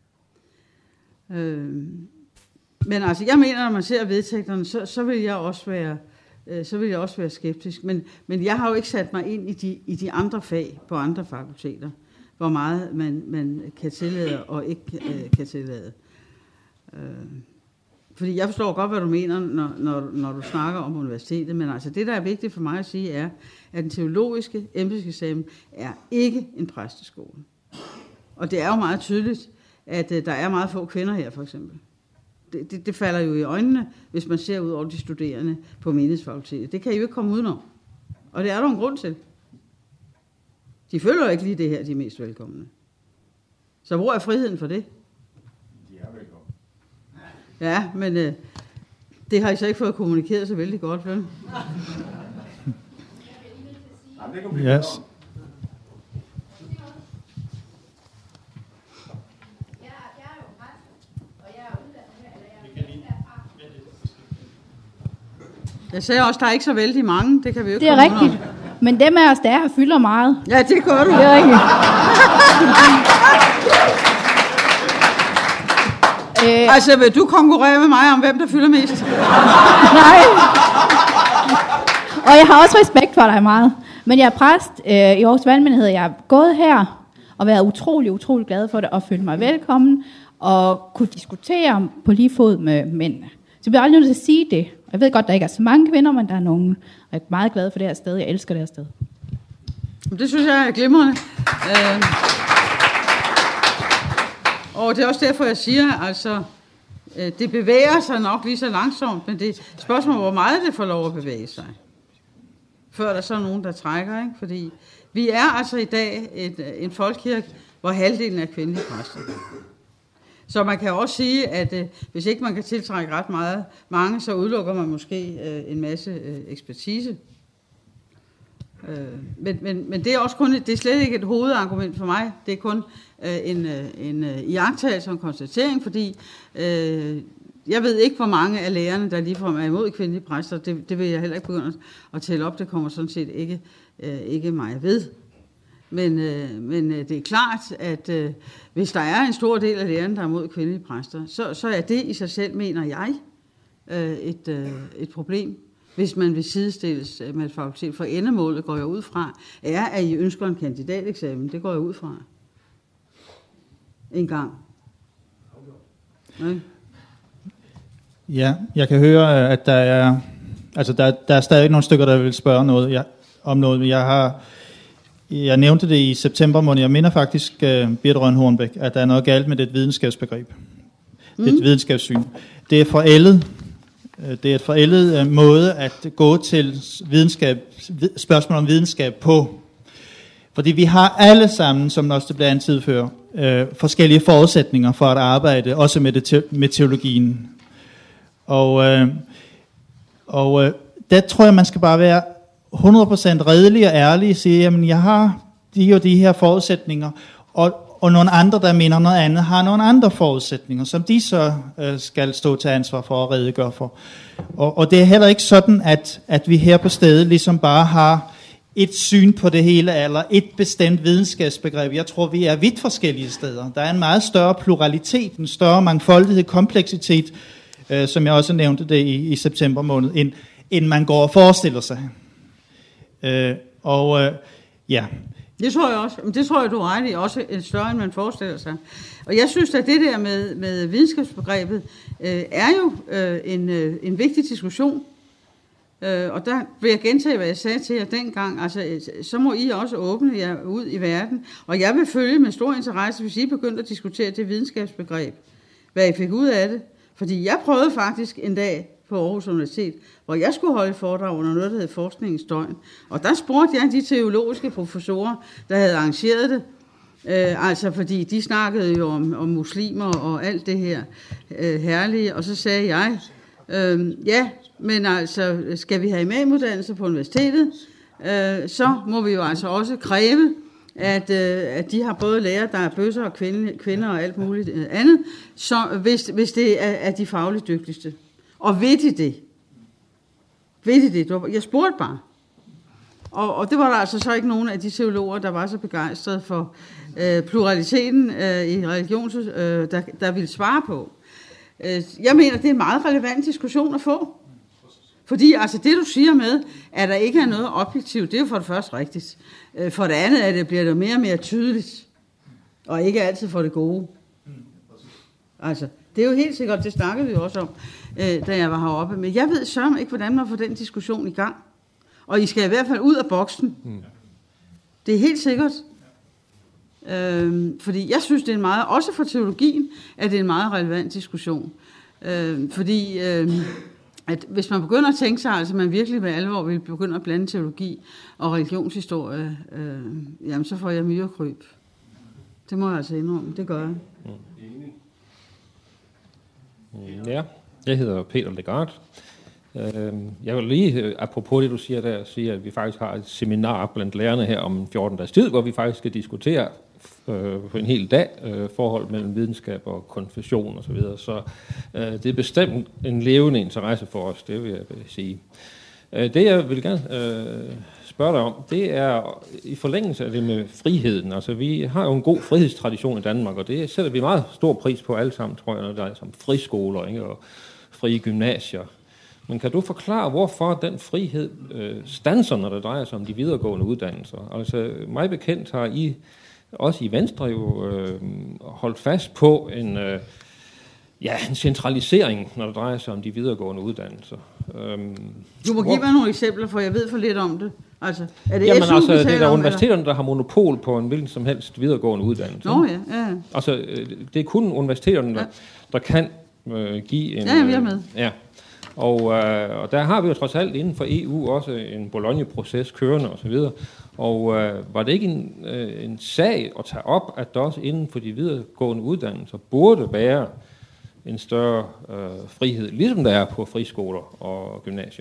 Øh, men altså, jeg mener, når man ser vedtægterne, så, så vil jeg også være, øh, så vil jeg også være skeptisk. Men, men jeg har jo ikke sat mig ind i de, i de andre fag på andre fakulteter, hvor meget man, man kan tillade og ikke øh, kan tillade. Øh, fordi jeg forstår godt, hvad du mener, når, når, når du snakker om universitetet, men altså det, der er vigtigt for mig at sige, er, at den teologiske embedseksamen er ikke en præsteskole. Og det er jo meget tydeligt, at øh, der er meget få kvinder her, for eksempel. Det, det, det falder jo i øjnene, hvis man ser ud over de studerende på menighedsfakultetet. Det kan I jo ikke komme udenom. Og det er der en grund til. De føler jo ikke lige det her, de er mest velkomne. Så hvor er friheden for det? De er velkomne. Ja, men øh, det har I så ikke fået kommunikeret så vældig godt, vel? Yes. Jeg sagde også, der er ikke så vældig mange. Det kan vi jo ikke. Det er rigtigt. Under. Men dem af os, der her, fylder meget. Ja, det gør du. Det er rigtigt. øh, altså, vil du konkurrere med mig om, hvem der fylder mest? Nej. Og jeg har også respekt for dig meget. Men jeg er præst øh, i Aarhus Valgmenighed. Jeg er gået her og været utrolig, utrolig glad for det, og følt mig velkommen, og kunne diskutere på lige fod med mændene. Så jeg bliver aldrig nødt til at sige det. Jeg ved godt, der ikke er så mange kvinder, men der er nogen. Jeg er meget glad for det her sted. Jeg elsker det her sted. Det synes jeg er glimrende. Øh, og det er også derfor, jeg siger, altså, øh, det bevæger sig nok lige så langsomt, men det er spørgsmål, hvor meget det får lov at bevæge sig. Før der så er nogen, der trækker, ikke? Fordi vi er altså i dag et, en folkekirke, hvor halvdelen er kvindelige præster. Så man kan også sige, at øh, hvis ikke man kan tiltrække ret meget mange, så udelukker man måske øh, en masse øh, ekspertise. Øh, men, men, men det er også kun, det er slet ikke et hovedargument for mig. Det er kun øh, en, øh, en øh, iagttagelse og en konstatering, fordi øh, jeg ved ikke, hvor mange af lærerne, der ligefrem er imod kvindelige præster. Det, det vil jeg heller ikke begynde at tælle op. Det kommer sådan set ikke, øh, ikke mig ved. Men, øh, men øh, det er klart, at øh, hvis der er en stor del af lærerne, der er mod kvindelige præster, så, så er det i sig selv, mener jeg, øh, et, øh, et problem, hvis man vil sidestilles med et fakultet. For endemålet går jeg ud fra, er, at I ønsker en kandidateksamen. Det går jeg ud fra. En gang. Okay. Ja, jeg kan høre, at der er, altså der, der er stadig nogle stykker, der vil spørge noget jeg, om noget. Jeg har, jeg nævnte det i september måned. Jeg mener faktisk, uh, Birthe Rønn Hornbæk, at der er noget galt med det videnskabsbegreb. Mm. Det er et videnskabssyn. Det er forældet. Det er et forældet uh, måde at gå til videnskab, spørgsmål om videnskab på. Fordi vi har alle sammen, som også det bliver antydet før, øh, forskellige forudsætninger for at arbejde, også med, det te- med teologien. Og, øh, og øh, der tror jeg, man skal bare være hundrede procent redelig og ærlig og sige, jamen jeg har de og de her forudsætninger, og, og nogle andre, der mener noget andet, har nogle andre forudsætninger, som de så øh, skal stå til ansvar for at redegøre for. Og, og det er heller ikke sådan, at, at vi her på stedet ligesom bare har et syn på det hele, eller et bestemt videnskabsbegreb. Jeg tror, vi er vidt forskellige steder. Der er en meget større pluralitet, en større mangfoldighed, kompleksitet, øh, som jeg også nævnte det i, i september måned, end, end man går og forestiller sig. Øh, og øh, ja. Det tror jeg også. Det tror jeg, du er ret i. Også større, end man forestiller sig. Og jeg synes, at det der med, med videnskabsbegrebet øh, er jo øh, en, øh, en vigtig diskussion. Øh, og der vil jeg gentage, hvad jeg sagde til jer dengang. Altså, så må I også åbne jer ud i verden. Og jeg vil følge med stor interesse, hvis I begyndte at diskutere det videnskabsbegreb. Hvad I fik ud af det. Fordi jeg prøvede faktisk en dag på Aarhus Universitet, hvor jeg skulle holde foredrag under noget, der hed Forskningens Døgn. Og der spurgte jeg de teologiske professorer, der havde arrangeret det. Øh, altså, fordi de snakkede jo om, om muslimer og alt det her øh, herlige. Og så sagde jeg, øh, ja, men altså, skal vi have imamuddannelse på universitetet, øh, så må vi jo altså også kræve, at, øh, at de har både lærer, der er bøsser og kvinde, kvinder og alt muligt andet, så hvis, hvis det er, er de fagligt dygtigste. Og ved de det? Ved de det? Jeg spurgte bare. Og, og det var der altså så ikke nogen af de teologer, der var så begejstrede for øh, pluraliteten øh, i religion, øh, der, der ville svare på. Øh, jeg mener, det er en meget relevant diskussion at få. Fordi altså det, du siger med, at der ikke er noget objektivt, det er jo for det første rigtigt. For det andet er det, bliver det mere og mere tydeligt, og ikke altid for det gode. Altså, det er jo helt sikkert, det snakkede vi også om, da jeg var heroppe. Men jeg ved sørme ikke, hvordan man får den diskussion i gang. Og I skal i hvert fald ud af boksen. Det er helt sikkert. Øhm, fordi jeg synes, det er en meget, også for teologien, at det er en meget relevant diskussion. Øhm, fordi... Øhm, at hvis man begynder at tænke sig, altså man virkelig med alvor vil begynde at blande teologi og religionshistorie, øh, jamen så får jeg myrekryb. Det må jeg altså indrømme, det gør jeg. Mm. Ja, jeg hedder Peter Legard. Jeg vil lige, apropos det du siger der, sige, at vi faktisk har et seminar blandt lærerne her om fjorten dages tid, hvor vi faktisk skal diskutere øh, på en hel dag øh, forhold mellem videnskab og konfession og så videre. Så øh, det er bestemt en levende interesse for os, det vil jeg sige. Øh, det jeg vil gerne øh, spørge dig om, det er i forlængelse af det med friheden. Altså vi har jo en god frihedstradition i Danmark, og det sætter vi meget stor pris på alle sammen, tror jeg, når der er som friskoler, ikke, og frie gymnasier. Men kan du forklare, hvorfor den frihed øh, standser, når det drejer sig om de videregående uddannelser? Altså mig bekendt har I, også i Venstre, jo øh, holdt fast på en, øh, ja, en centralisering, når det drejer sig om de videregående uddannelser. Øhm, du må give mig nogle eksempler, for jeg ved for lidt om det. Altså, er det jamen S U, altså, det er der om, universiteterne, der har monopol på en hvilken som helst videregående uddannelse. Nå ja, ja. Altså, det er kun universiteterne, der, ja. der kan øh, give en... Ja, vi er med. Øh, ja. Og, øh, og der har vi jo trods alt inden for E U også en Bologna-proces kørende osv. Og øh, var det ikke en, øh, en sag at tage op, at der også inden for de videregående uddannelser burde være en større øh, frihed, ligesom der er på friskoler og gymnasier?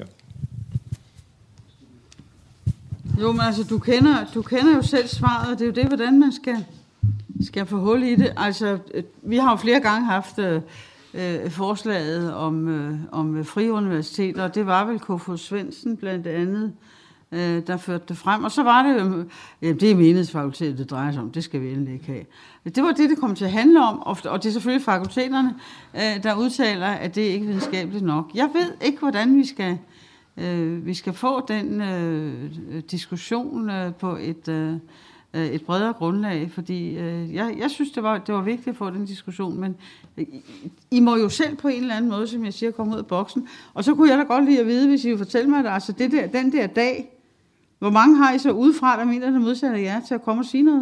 Jo, men altså, du kender, du kender jo selv svaret, og det er jo det, hvordan man skal, skal få hul i det. Altså, vi har jo flere gange haft... Øh, Øh, forslaget om, øh, om frie universiteter, og det var vel K F Svendsen blandt andet, øh, der førte det frem. Og så var det jo, ja, det er menighedsfakultetet, det drejer sig om, det skal vi endelig ikke have. Det var det, det kom til at handle om, og det er selvfølgelig fakulteterne, øh, der udtaler, at det ikke er videnskabeligt nok. Jeg ved ikke, hvordan vi skal, øh, vi skal få den øh, diskussion øh, på et... Øh, et bredere grundlag, fordi øh, jeg, jeg synes, det var, det var vigtigt at få den diskussion, men I, I må jo selv på en eller anden måde, som jeg siger, komme ud af boksen. Og så kunne jeg da godt lide at vide, hvis I vil fortælle mig, at altså det der, den der dag, hvor mange har I så udefra, der mener, der modsætter jer til at komme og sige noget?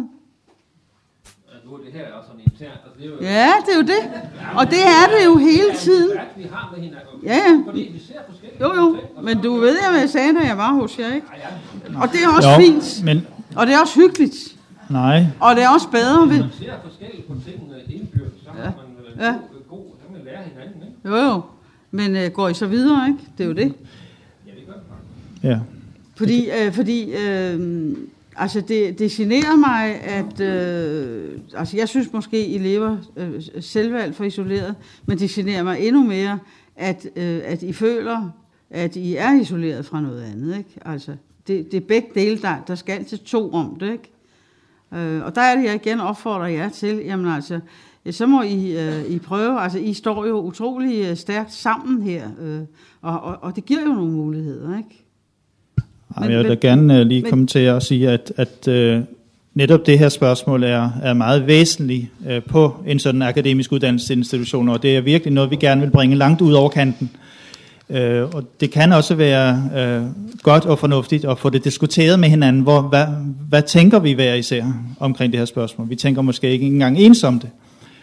Nu er det her også sådan internt. Altså, det er jo, ja, det er jo det. Og det er det jo hele tiden. Vi har med hinanden. Ja, ja. Fordi vi ser forskellige. Jo, jo. Men du ved, hvad jeg sagde, da jeg var hos jer, ikke? Og det er også jo, fint. Men... Og det er også hyggeligt. Nej. Og det er også bedre ved... Man ser forskelligt på tingene indbyrdes, så ja. Har man ja. god, god, så man lærer hinanden, ikke? Jo, jo. Men øh, går I så videre, ikke? Det er jo det. Ja, det gør det. Ja. Fordi, øh, fordi øh, altså det, det generer mig, at... Øh, altså jeg synes måske, I lever øh, selvvalgt for isoleret, men det generer mig endnu mere, at, øh, at I føler, at I er isoleret fra noget andet, ikke? Altså, det, det er begge dele, der, der skal til to om det, ikke? Øh, og der er det, jeg igen opfordrer jer til, jamen altså, så må I, øh, I prøve, altså I står jo utrolig øh, stærkt sammen her, øh, og, og, og det giver jo nogle muligheder, ikke? Men, jeg vil da gerne uh, lige men, kommentere og sige, at, at uh, netop det her spørgsmål er, er meget væsentligt uh, på en sådan akademisk uddannelsesinstitution, og det er virkelig noget, vi gerne vil bringe langt ud over kanten. Uh, og det kan også være uh, godt og fornuftigt at få det diskuteret med hinanden, hvor, hvad, hvad tænker vi hver især omkring det her spørgsmål? Vi tænker måske ikke engang ens om det.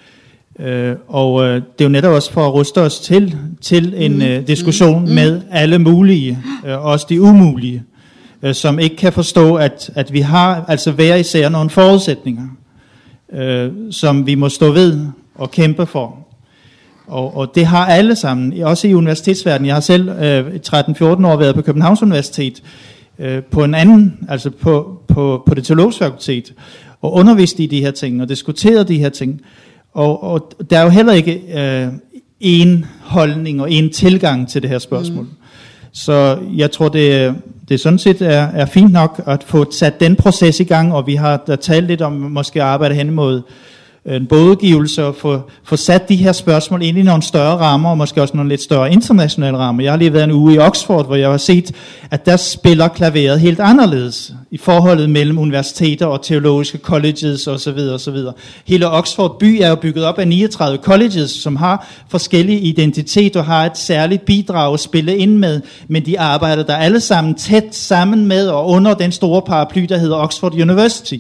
Uh, og uh, det er jo netop også for at ruste os til, til en uh, diskussion mm. med alle mulige, uh, også de umulige, uh, som ikke kan forstå, at, at vi har altså hver især nogle forudsætninger, uh, som vi må stå ved og kæmpe for. Og, og det har alle sammen, også i universitetsverdenen. Jeg har selv øh, tretten fjorten år været på Københavns Universitet, øh, på en anden, altså på, på, på det teologiske fakultet, og undervist i de her ting, og diskuteret de her ting. Og, og der er jo heller ikke øh, en holdning og en tilgang til det her spørgsmål. Mm. Så jeg tror, det, det sådan set er, er fint nok at få sat den proces i gang, og vi har der talt lidt om måske at arbejde hen imod en bogudgivelse og få, få sat de her spørgsmål ind i nogle større rammer, og måske også nogle lidt større internationale rammer. Jeg har lige været en uge i Oxford, hvor jeg har set, at der spiller klaveret helt anderledes i forholdet mellem universiteter og teologiske colleges osv. osv. Hele Oxford by er jo bygget op af niogtredive colleges, som har forskellige identiteter og har et særligt bidrag at spille ind med, men de arbejder der alle sammen tæt sammen med og under den store paraply, der hedder Oxford University.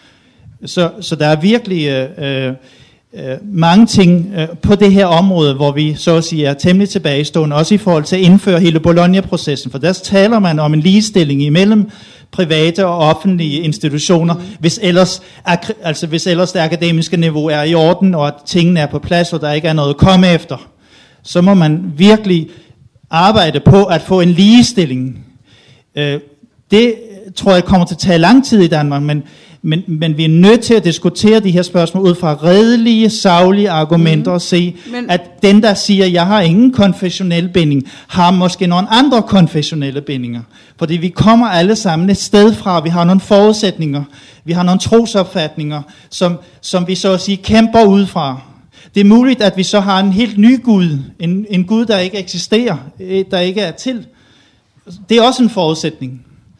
Så, så der er virkelig øh, øh, mange ting øh, på det her område, hvor vi så at sige er temmelig tilbagestående, også i forhold til at indføre hele Bologna-processen, for der taler man om en ligestilling imellem private og offentlige institutioner, hvis ellers, altså hvis ellers det akademiske niveau er i orden, og at tingene er på plads, og der ikke er noget at komme efter, så må man virkelig arbejde på at få en ligestilling. Øh, det tror jeg kommer til at tage lang tid i Danmark, men Men, men vi er nødt til at diskutere de her spørgsmål ud fra redelige, saglige argumenter mm. og se, men, at den, der siger, jeg har ingen konfessionel binding, har måske nogle andre konfessionelle bindinger. Fordi vi kommer alle sammen et sted fra, vi har nogle forudsætninger, vi har nogle trosopfatninger, som, som vi så at sige kæmper ud fra. Det er muligt, at vi så har en helt ny Gud, en, en Gud, der ikke eksisterer, der ikke er til. Det er også en forudsætning,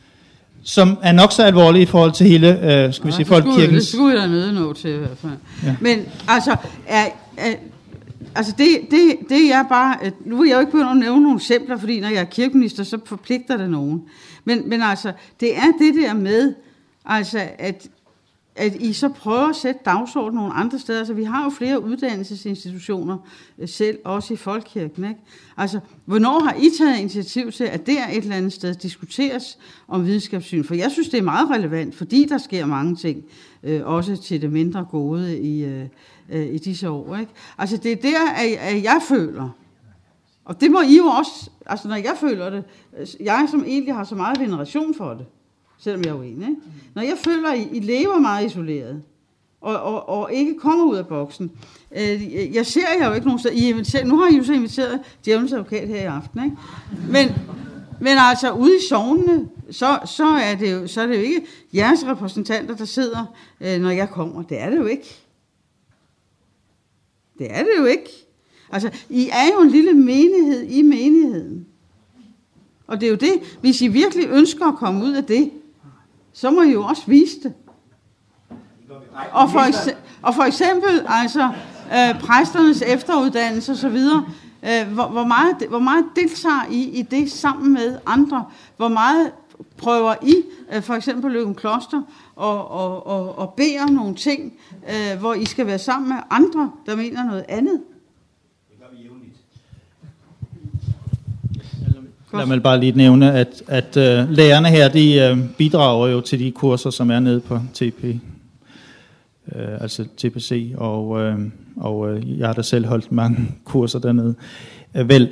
som er nok så alvorlig i forhold til hele, øh, skal vi ja, sige, folkekirkens... Det skulle jeg da nøde nå til i hvert fald. Ja. Men altså, er, er, altså det, det, det er bare... Nu vil jeg jo ikke begynde at nævne nogle eksempler, fordi når jeg er kirkeminister, så forpligter det nogen. Men, men altså, det er det der med, altså, at, at I så prøver at sætte dagsordenen nogle andre steder. Altså, vi har jo flere uddannelsesinstitutioner selv, også i folkekirken, ikke? Altså, hvornår har I taget initiativ til, at der et eller andet sted diskuteres om videnskabssyn? For jeg synes, det er meget relevant, fordi der sker mange ting, øh, også til det mindre gode i, øh, i disse år, ikke? Altså, det er der, at, at jeg føler, og det må I jo også, altså når jeg føler det, jeg som egentlig har så meget veneration for det, selvom jeg er uenig, ikke? Når jeg føler, at I lever meget isoleret, og, og, og ikke kommer ud af boksen. Øh, jeg ser jer jo ikke nogen steder. I inviterer, nu har I jo så inviteret djævelens advokat her i aften, ikke? Men, men altså ude i sognene, så, så, er det jo, så er det jo ikke jeres repræsentanter, der sidder, øh, når jeg kommer. Det er det jo ikke. Det er det jo ikke. Altså, I er jo en lille menighed i menigheden. Og det er jo det, hvis I virkelig ønsker at komme ud af det, så må I jo også vise det. Og for, ekse- og for eksempel, altså, øh, præsternes efteruddannelse og så videre, øh, hvor, hvor, meget, hvor meget deltager I i det sammen med andre? Hvor meget prøver I, øh, for eksempel Løgum Kloster, og, og, og, og bede om nogle ting, øh, hvor I skal være sammen med andre, der mener noget andet? Lad mig bare lige nævne, at, at uh, lærerne her, de uh, bidrager jo til de kurser, som er nede på T P, uh, altså T P C, og, uh, og uh, jeg har da selv holdt mange kurser dernede. Uh, vel,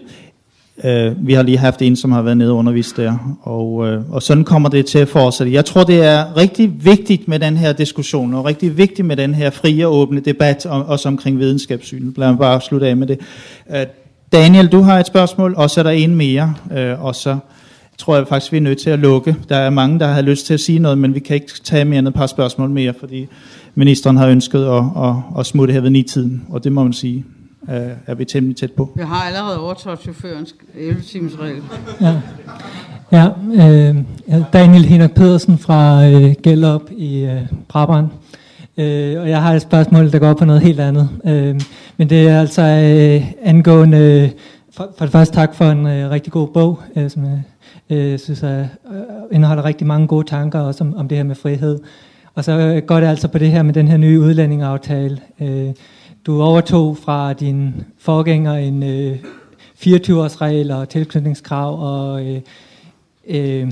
uh, vi har lige haft en, som har været nede og undervist der, og, uh, og sådan kommer det til at fortsætte. Jeg tror, det er rigtig vigtigt med den her diskussion, og rigtig vigtigt med den her frie og åbne debat, om, også omkring videnskabssynet. Lad mig bare slutte af med det. Uh, Daniel, du har et spørgsmål, og så er der en mere, øh, og så tror jeg faktisk, vi er nødt til at lukke. Der er mange, der har lyst til at sige noget, men vi kan ikke tage mere end et par spørgsmål mere, fordi ministeren har ønsket at, at, at smutte her ved ni-tiden, og det må man sige, øh, er vi temmelig tæt på. Vi har allerede overtrådt chaufførens elleve-timers regel. Ja, ja øh, Daniel Henrik Pedersen fra øh, Gellerup i øh, Brabrand. Øh, og jeg har et spørgsmål, der går på noget helt andet. Øh, men det er altså øh, angående, øh, for, for det første tak for en øh, rigtig god bog, øh, som jeg øh, synes er, øh, indeholder rigtig mange gode tanker også om, om det her med frihed. Og så øh, går det altså på det her med den her nye udlændingeaftale. Øh, du overtog fra din forgænger en øh, fireogtyve-års regel og tilknytningskrav og øh, øh,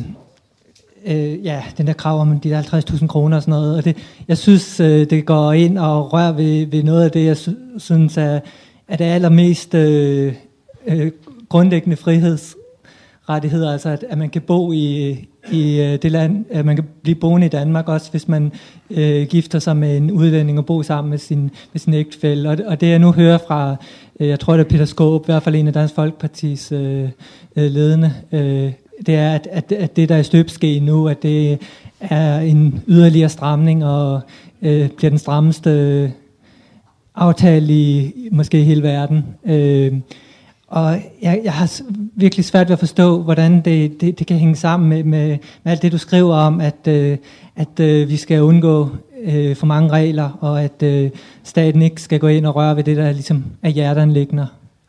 Øh, ja, den der krav om de der halvtreds tusind kroner og sådan noget, og det, jeg synes, øh, det går ind og rører ved, ved noget af det, jeg sy- synes er, er det allermest øh, øh, grundlæggende frihedsrettigheder, altså at, at man kan bo i, i øh, det land, at man kan blive boende i Danmark, også hvis man øh, gifter sig med en udlænding og bo sammen med sin, med sin ægtefælle, og, og det jeg nu hører fra, øh, jeg tror det er Peter Skaarup, i hvert fald en af Dansk Folkepartis øh, øh, ledende, øh, det er, at, at, at det, der er støbeskeen nu, at det er en yderligere stramning, og øh, bliver den strammeste øh, aftale i måske hele verden. Øh, og jeg, jeg har virkelig svært ved at forstå, hvordan det, det, det kan hænge sammen med, med, med alt det, du skriver om, at, øh, at øh, vi skal undgå øh, for mange regler, og at øh, staten ikke skal gå ind og røre ved det, der ligesom er hjerteanliggender.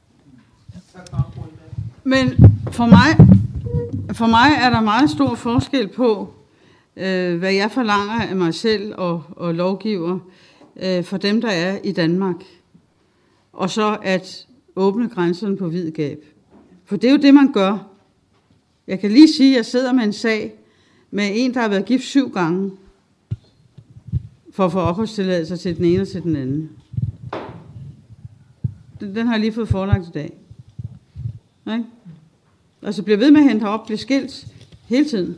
Men for mig... For mig er der meget stor forskel på, øh, hvad jeg forlanger af mig selv og, og lovgiver øh, for dem, der er i Danmark. Og så at åbne grænserne på vid gab. For det er jo det, man gør. Jeg kan lige sige, at jeg sidder med en sag med en, der har været gift syv gange, for at få opholdstilladelser til den ene og til den anden. Den, den har jeg lige fået forelagt i dag. Ikke? Altså bliver ved med at hente op, bliver skilt hele tiden.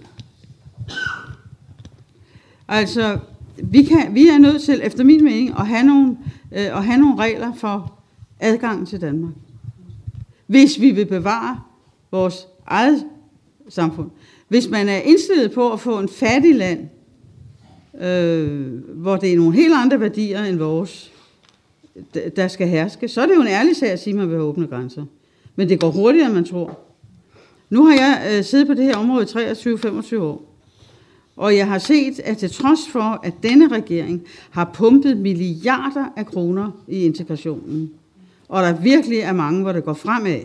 Altså, vi, kan, vi er nødt til, efter min mening, at have nogle, øh, at have nogle regler for adgangen til Danmark. Hvis vi vil bevare vores eget samfund. Hvis man er indstillet på at få en fattig land, øh, hvor det er nogle helt andre værdier end vores, der skal herske, så er det jo en ærlig sag at sige, at man vil have åbne grænser. Men det går hurtigere, end man tror. Nu har jeg øh, siddet på det her område i treogtyve til femogtyve år, og jeg har set, at til trods for, at denne regering har pumpet milliarder af kroner i integrationen, og der virkelig er mange, hvor det går fremad,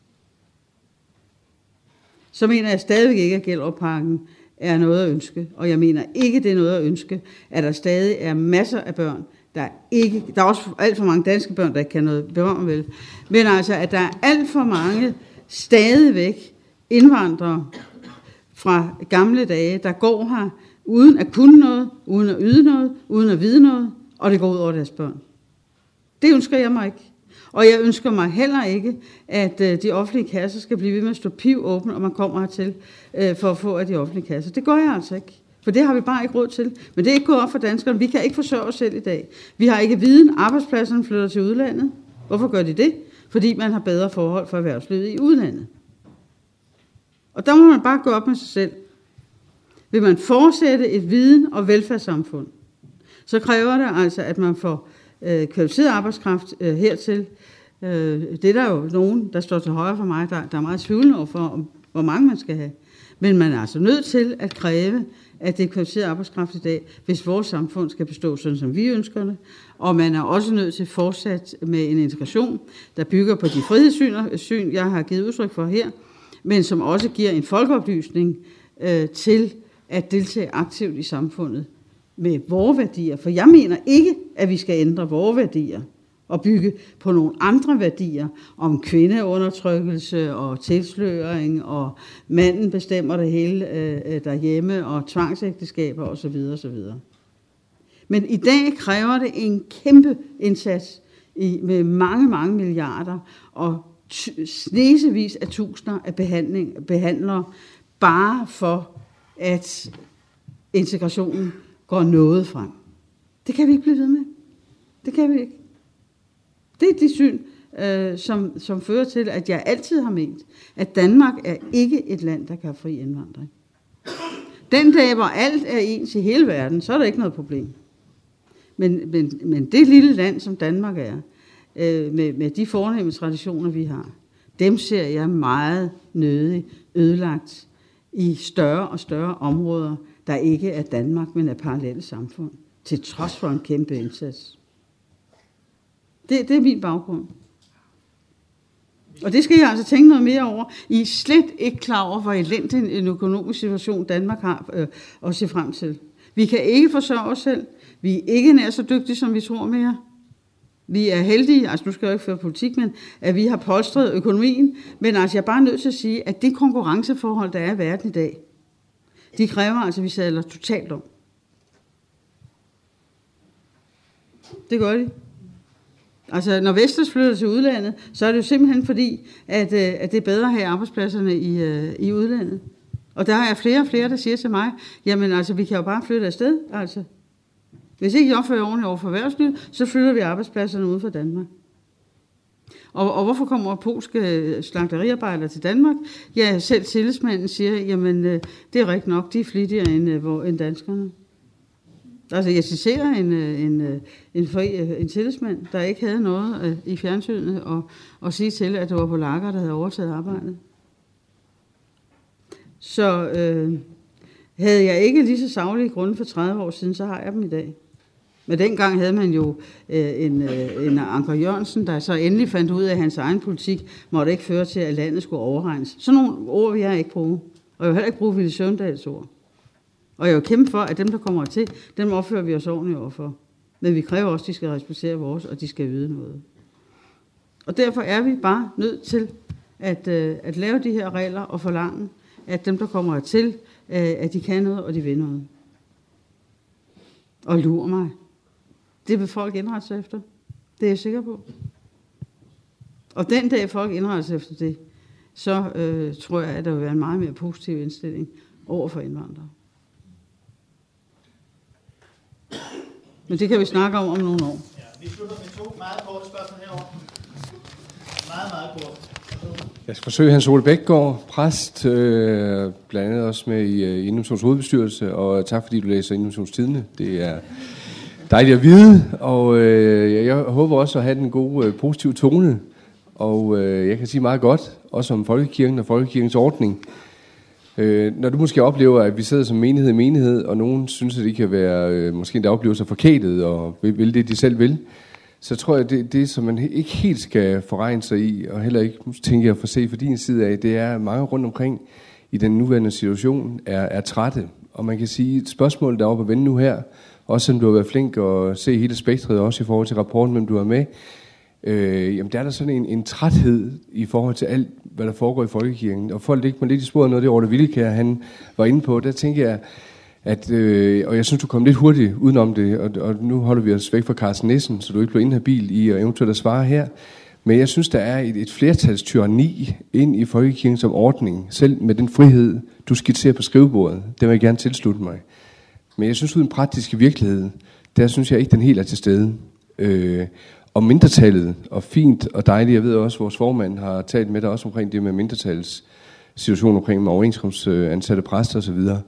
så mener jeg stadigvæk ikke, at Gellerupparken er noget at ønske. Og jeg mener ikke, det er noget at ønske, at der stadig er masser af børn, der ikke... Der er også alt for mange danske børn, der ikke kan noget børn vel. Men altså, at der er alt for mange stadigvæk indvandrere fra gamle dage, der går her uden at kunne noget, uden at yde noget, uden at vide noget, og det går ud over deres børn. Det ønsker jeg mig ikke. Og jeg ønsker mig heller ikke, at øh, de offentlige kasser skal blive ved med at stå piv åbne, og man kommer hertil øh, for at få af de offentlige kasser. Det gør jeg altså ikke. For det har vi bare ikke råd til. Men det er ikke gået op for danskerne. Vi kan ikke forsørge os selv i dag. Vi har ikke viden. Arbejdspladserne flytter til udlandet. Hvorfor gør de det? Fordi man har bedre forhold for erhvervslivet i udlandet. Og der må man bare gå op med sig selv. Vil man fortsætte et viden- og velfærdssamfund, så kræver det altså, at man får øh, kvalificeret arbejdskraft øh, hertil. Øh, det er der jo nogen, der står til højre for mig, der, der er meget tvivlende over for, om, hvor mange man skal have. Men man er altså nødt til at kræve, at det er kvalificeret arbejdskraft i dag, hvis vores samfund skal bestå sådan, som vi ønsker det. Og man er også nødt til fortsat med en integration, der bygger på de frihedssyn, jeg har givet udtryk for her, men som også giver en folkeoplysning øh, til at deltage aktivt i samfundet med vores værdier. For jeg mener ikke, at vi skal ændre vores værdier og bygge på nogle andre værdier om kvindeundertrykkelse og tilsløring, og manden bestemmer det hele øh, derhjemme, og tvangsægteskaber osv. osv. Men i dag kræver det en kæmpe indsats i, med mange, mange milliarder og snesevis af tusinder af behandling, behandlere, bare for at integrationen går noget frem. Det kan vi ikke blive ved med. Det kan vi ikke. Det er det syn, øh, som, som fører til, at jeg altid har ment, at Danmark er ikke et land, der kan have fri indvandring. Den dag, hvor alt er ens i hele verden, så er der ikke noget problem. Men, men, men det lille land, som Danmark er, øh, med, med de fornemme traditioner, vi har, dem ser jeg meget nødig ødelagt i større og større områder, der ikke er Danmark, men er parallelle samfund, til trods for en kæmpe indsats. Det, det er min baggrund. Og det skal jeg altså tænke noget mere over. I er slet ikke klar over, hvor elendig en økonomisk situation Danmark har øh, at se frem til. Vi kan ikke forsørge os selv. Vi er ikke nær så dygtige, som vi tror mere. Vi er heldige, altså nu skal jeg ikke føre politik, men at vi har polstret økonomien. Men altså jeg er bare nødt til at sige, at det konkurrenceforhold, der er i verden i dag, de kræver altså, at vi sadler totalt om. Det gør de. Altså, når Vestas flytter til udlandet, så er det jo simpelthen fordi, at, at det er bedre at have arbejdspladserne i, i udlandet. Og der er flere og flere, der siger til mig, jamen altså, vi kan jo bare flytte afsted, altså. Hvis ikke I opfører ordentligt over for erhvervslivet, så flytter vi arbejdspladserne ud fra Danmark. Og, og hvorfor kommer polske slagteriarbejdere til Danmark? Ja, selv tillidsmanden siger, jamen det er rigtigt nok, de er flittigere end, end danskerne. Altså, jeg citerer en, en, en, en tillidsmand, der ikke havde noget i fjernsynet og, og sige til, at det var polakker, der havde overtaget arbejdet. Så øh, havde jeg ikke lige så saglige grunde for tredive år siden, så har jeg dem i dag. Men dengang havde man jo øh, en, øh, en Anker Jørgensen, der så endelig fandt ud af, at hans egen politik måtte ikke føre til, at landet skulle overregnes. Sådan nogle ord vil jeg ikke bruge. Og jeg vil heller ikke bruge Ville Søvndals ord. Og jeg vil kæmpe for, at dem, der kommer til, dem opfører vi os ordentligt overfor. Men vi kræver også, at de skal respektere vores, og de skal vide noget. Og derfor er vi bare nødt til at, øh, at lave de her regler og forlange, at dem, der kommer til, øh, at de kan noget, og de vil noget. Og lur mig. Det vil folk indrette sig efter. Det er jeg sikker på. Og den dag folk indretter sig efter det, så øh, tror jeg, at der vil være en meget mere positiv indstilling over for indvandrere. Men det kan vi snakke om om nogle år. Ja, vi slutter med to meget korte spørgsmål herovre. Meget, meget kort. Jeg skal forsøge Hans Ole Bækgaard, præst, øh, blandt andet også med i uh, Innovations hovedbestyrelse, og tak fordi du læser Innovations Tidende. Det er dejligt at vide, og øh, jeg håber også at have den gode, øh, positive tone, og øh, jeg kan sige meget godt, også om folkekirken og folkekirkens ordning. Øh, når du måske oplever, at vi sidder som menighed i menighed, og nogen synes, at det kan være, øh, måske endda oplever sig forkælet, og vil, vil det, de selv vil, så tror jeg, det, det som man ikke helt skal forregne sig i, og heller ikke tænke at få se fra din side af, det er, at mange rundt omkring i den nuværende situation er, er trætte. Og man kan sige, et spørgsmål, der er oppe at vende nu her, også selvom du har været flink at se hele spektret, også i forhold til rapporten, hvem du er med, øh, jamen der er der sådan en, en træthed i forhold til alt, hvad der foregår i folkekirken. Og for at lægge mig lidt i sporet noget af det, Orte Villekær, han var inde på, der tænker jeg, at, øh, og jeg synes, du kom lidt hurtigt udenom det, og, og nu holder vi os væk fra Carsten Nissen, så du ikke bliver inhabil i at eventuelt at svare her. Men jeg synes, der er et, et flertalstyranni ind i folkekirken som ordning, selv med den frihed, du skitserer på skrivebordet. Det vil jeg gerne tilslutte mig. Men jeg synes, uden praktiske virkelighed, der synes jeg ikke, den helt er til stede. Øh, og mindretallet, og fint og dejligt, jeg ved også, at vores formand har talt med dig også omkring det med mindretals situation omkring med overenskomstansatte præster osv.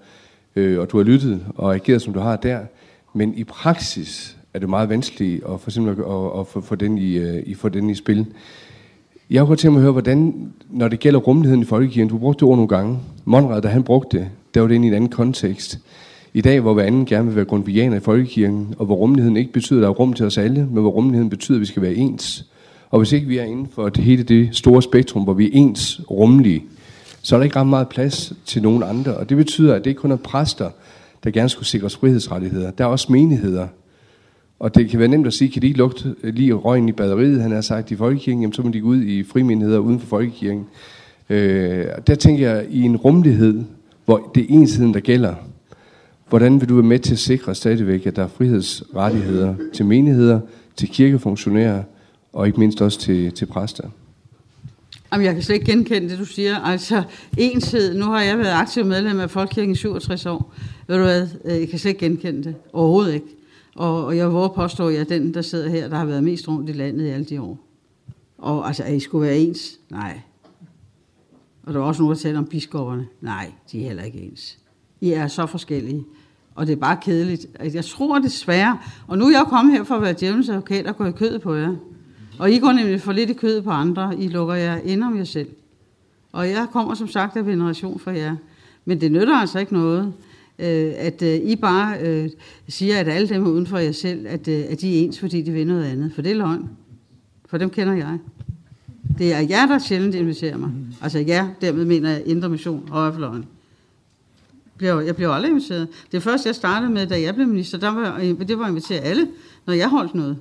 øh, og du har lyttet og ageret, som du har der. Men i praksis er det meget vanskeligt at, for eksempel at, at få, få, den i, uh, i, få den i spil. Jeg kunne godt tænke mig at høre, hvordan, når det gælder rummeligheden i folkekirken, du brugte det ord nogle gange. Monrad, da han brugte det, der var det inde i en anden kontekst. I dag, hvor hver anden gerne vil være grundvianer i folkekirken, og hvor rummeligheden ikke betyder, at der er rum til os alle, men hvor rummeligheden betyder, at vi skal være ens. Og hvis ikke vi er inden for det hele det store spektrum, hvor vi er ens rummelige, så er der ikke ret meget plads til nogen andre. Og det betyder, at det ikke kun er præster, der gerne skulle sikres frihedsrettigheder. Der er også menigheder. Og det kan være nemt at sige, kan de ikke lugte lige røgen i baderiet, han har sagt i folkekirken, jamen så må de gå ud i frimenigheder uden for folkekirken. Øh, der tænker jeg, i en rummelighed, hvor det er enheden, der gælder, hvordan vil du være med til at sikre stadigvæk, at der er frihedsrettigheder til menigheder, til kirkefunktionærer, og ikke mindst også til, til præster? Jamen, jeg kan slet ikke genkende det, du siger. Altså, enshed. Nu har jeg været aktiv medlem af Folkekirken i syvogtres år. Ved du hvad? Jeg kan slet ikke genkende det. Overhovedet ikke. Og, og jeg våger påstå, at jeg er den, der sidder her, der har været mest rundt i landet i alle de år. Og altså, at I skulle være ens? Nej. Og der var også nogen, der taler om biskopperne. Nej, de er heller ikke ens. I er så forskellige. Og det er bare kedeligt. Jeg tror desværre, og nu er jeg kommet her for at være djævelens advokat og gå i kødet på jer. Og I går nemlig for lidt i kødet på andre. I lukker jer ind om jer selv. Og jeg kommer som sagt af veneration for jer. Men det nytter altså ikke noget, øh, at øh, I bare øh, siger, at alle dem er uden for jer selv, at, øh, at de er ens, fordi de vil noget andet. For det er løgn. For dem kender jeg. Det er jer, der sjældent inviterer mig. Altså jer, dermed mener jeg Indre Mission og Højrefløjen. Jeg bliver aldrig inviteret. Det første, jeg startede med, da jeg blev minister, der var, det var at invitere alle, når jeg holdt noget.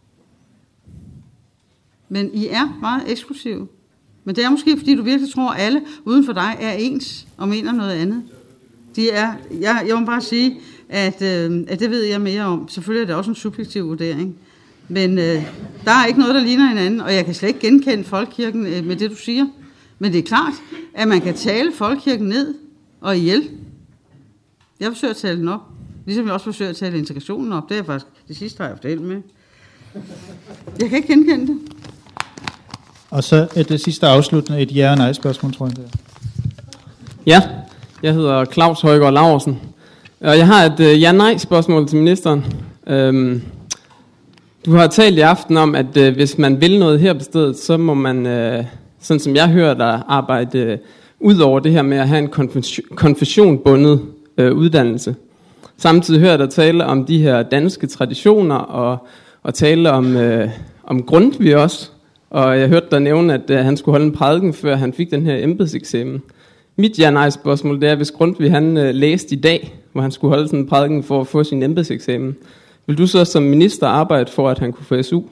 Men I er meget eksklusive. Men det er måske, fordi du virkelig tror, at alle uden for dig er ens og mener noget andet. De er, jeg, jeg må bare sige, at, øh, at det ved jeg mere om. Selvfølgelig er det også en subjektiv vurdering. Men øh, der er ikke noget, der ligner hinanden, og jeg kan slet ikke genkende folkekirken øh, med det, du siger. Men det er klart, at man kan tale folkekirken ned og ihjel. Jeg forsøger at tale den op. Ligesom jeg også forsøger at tale integrationen op. Det er faktisk det sidste, har jeg haft held med. Jeg kan ikke genkende det. Og så et det sidste afsluttende, et ja- og nej-spørgsmål, tror jeg. Det er. Ja, jeg hedder Claus Højgaard Laursen. Og jeg har et uh, ja-nej-spørgsmål til ministeren. Øhm, du har talt i aften om, at uh, hvis man vil noget her på stedet, så må man, uh, sådan som jeg hører dig, arbejde uh, ud over det her med at have en konfession, konfessionbundet uh, uddannelse. Samtidig hører jeg dig tale om de her danske traditioner, og, og tale om, uh, om Grundtvig også. Og jeg hørte dig nævne, at uh, han skulle holde en prædiken, før han fik den her embedseksamen. Mit ja-nej-spørgsmål, det er, hvis Grundtvig han uh, læste i dag, hvor han skulle holde sådan en prædiken for at få sin embedseksamen, vil du så som minister arbejde for, at han kunne få S U?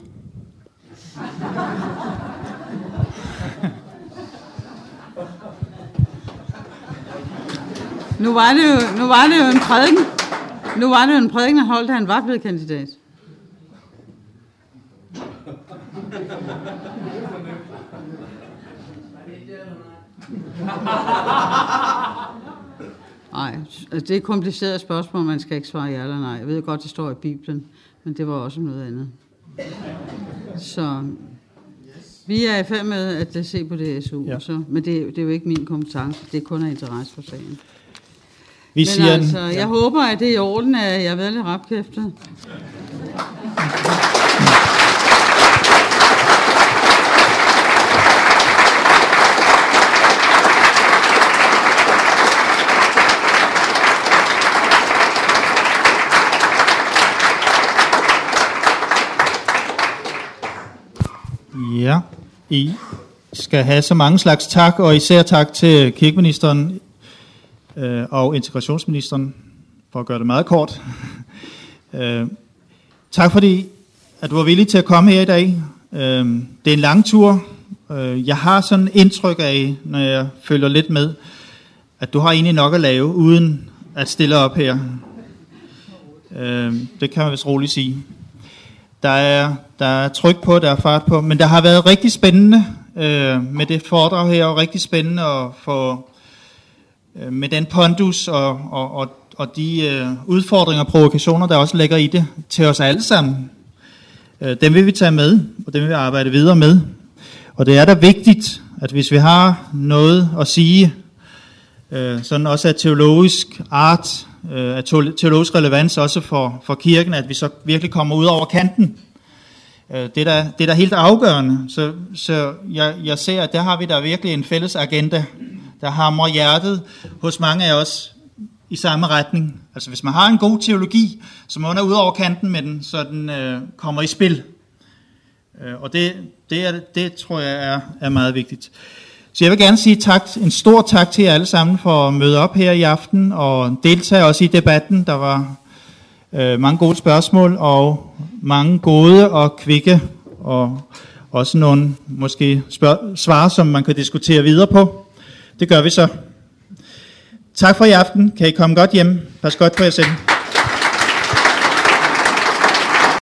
Nu var det jo, nu var det jo en prædiken. Nu var det jo en prædiken, han holdt, da han var blevet kandidat. Nej, det er et kompliceret spørgsmål, man skal ikke svare ja eller nej. Jeg ved godt, det står i Bibelen, men det var også noget andet. Så vi er i færd med at se på det S U, ja. Så, men det, det er jo ikke min kompetence, det er kun af interesse for sagen. Vi men siger altså, en, jeg ja. håber, at det er i orden, at jeg har været lidt rapkæftet. Ja, I skal have så mange slags tak, og især tak til kirkeministeren øh, og integrationsministeren, for at gøre det meget kort. øh, tak fordi, at du var villig til at komme her i dag. Øh, det er en lang tur. Øh, jeg har sådan indtryk af, når jeg følger lidt med, at du har egentlig nok at lave, uden at stille op her. Øh, det kan man vist roligt sige. Der er, der er tryk på, der er fart på, men der har været rigtig spændende øh, med det foredrag her, og rigtig spændende at få øh, med den pondus og, og, og, og de øh, udfordringer og provokationer, der også ligger i det, til os alle sammen. Øh, dem vil vi tage med, og dem vil vi arbejde videre med. Og det er da vigtigt, at hvis vi har noget at sige øh, sådan også af teologisk art, øh, af teologisk relevans også for, for kirken, at vi så virkelig kommer ud over kanten. Øh, det, er der, det er der helt afgørende. Så, så jeg, jeg ser, at der har vi der virkelig en fælles agenda, der hamrer hjertet hos mange af os i samme retning. Altså hvis man har en god teologi, så må man ud over kanten med den, så den øh, kommer i spil. Øh, og det, det, er, det tror jeg er, er meget vigtigt. Så jeg vil gerne sige tak, en stor tak til jer alle sammen for at møde op her i aften og deltage også i debatten. Der var øh, mange gode spørgsmål og mange gode og kvikke og også nogle måske spørg- svar, som man kan diskutere videre på. Det gør vi så. Tak for i aften. Kan I komme godt hjem. Pas godt på jer selv.